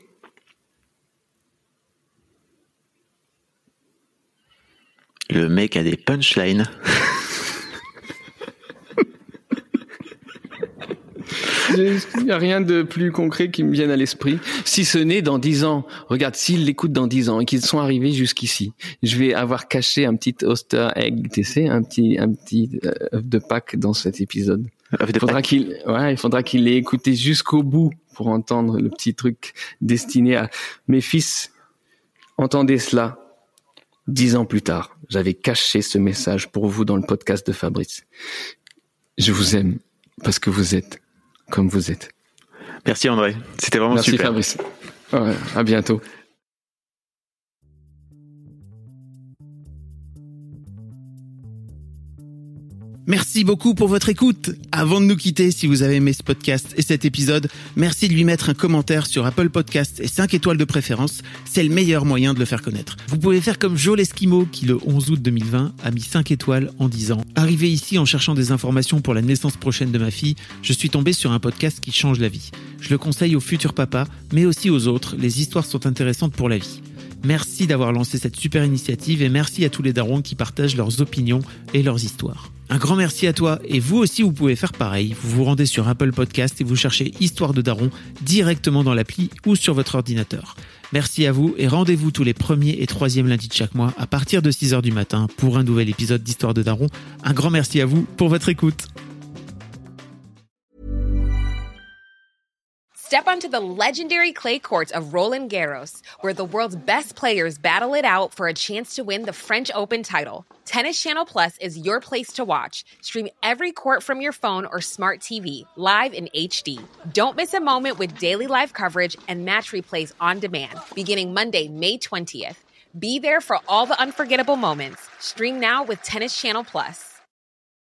Le mec a des punchlines. Il n'y a rien de plus concret qui me vienne à l'esprit. Si ce n'est dans dix ans. Regarde, s'ils l'écoutent dans dix ans et qu'ils sont arrivés jusqu'ici, je vais avoir caché un petit Easter egg, tu sais, un petit, un petit euh, œuf de Pâques dans cet épisode. Il faudra qu'il, ouais, il faudra qu'il l'ait écouté jusqu'au bout pour entendre le petit truc destiné à mes fils. Entendez cela. Dix ans plus tard, j'avais caché ce message pour vous dans le podcast de Fabrice. Je vous aime parce que vous êtes comme vous êtes. Merci André, c'était vraiment Merci super. Fabrice. Ouais, à bientôt. Merci beaucoup pour votre écoute. Avant de nous quitter, si vous avez aimé ce podcast et cet épisode, merci de lui mettre un commentaire sur Apple Podcasts et cinq étoiles de préférence. C'est le meilleur moyen de le faire connaître. Vous pouvez faire comme Joe l'Esquimau qui, le onze août deux mille vingt, a mis cinq étoiles en disant « Arrivé ici en cherchant des informations pour la naissance prochaine de ma fille, je suis tombé sur un podcast qui change la vie. Je le conseille aux futurs papas, mais aussi aux autres. Les histoires sont intéressantes pour la vie. » Merci d'avoir lancé cette super initiative et merci à tous les darons qui partagent leurs opinions et leurs histoires. Un grand merci à toi et vous aussi vous pouvez faire pareil. Vous vous rendez sur Apple Podcast et vous cherchez Histoire de Daron directement dans l'appli ou sur votre ordinateur. Merci à vous et rendez-vous tous les premiers et troisièmes lundis de chaque mois à partir de six heures du matin pour un nouvel épisode d'Histoire de Daron. Un grand merci à vous pour votre écoute. Step onto the legendary clay courts of Roland Garros, where the world's best players battle it out for a chance to win the French Open title. Tennis Channel Plus is your place to watch. Stream every court from your phone or smart T V, live in H D. Don't miss a moment with daily live coverage and match replays on demand, beginning Monday, May twentieth. Be there for all the unforgettable moments. Stream now with Tennis Channel Plus.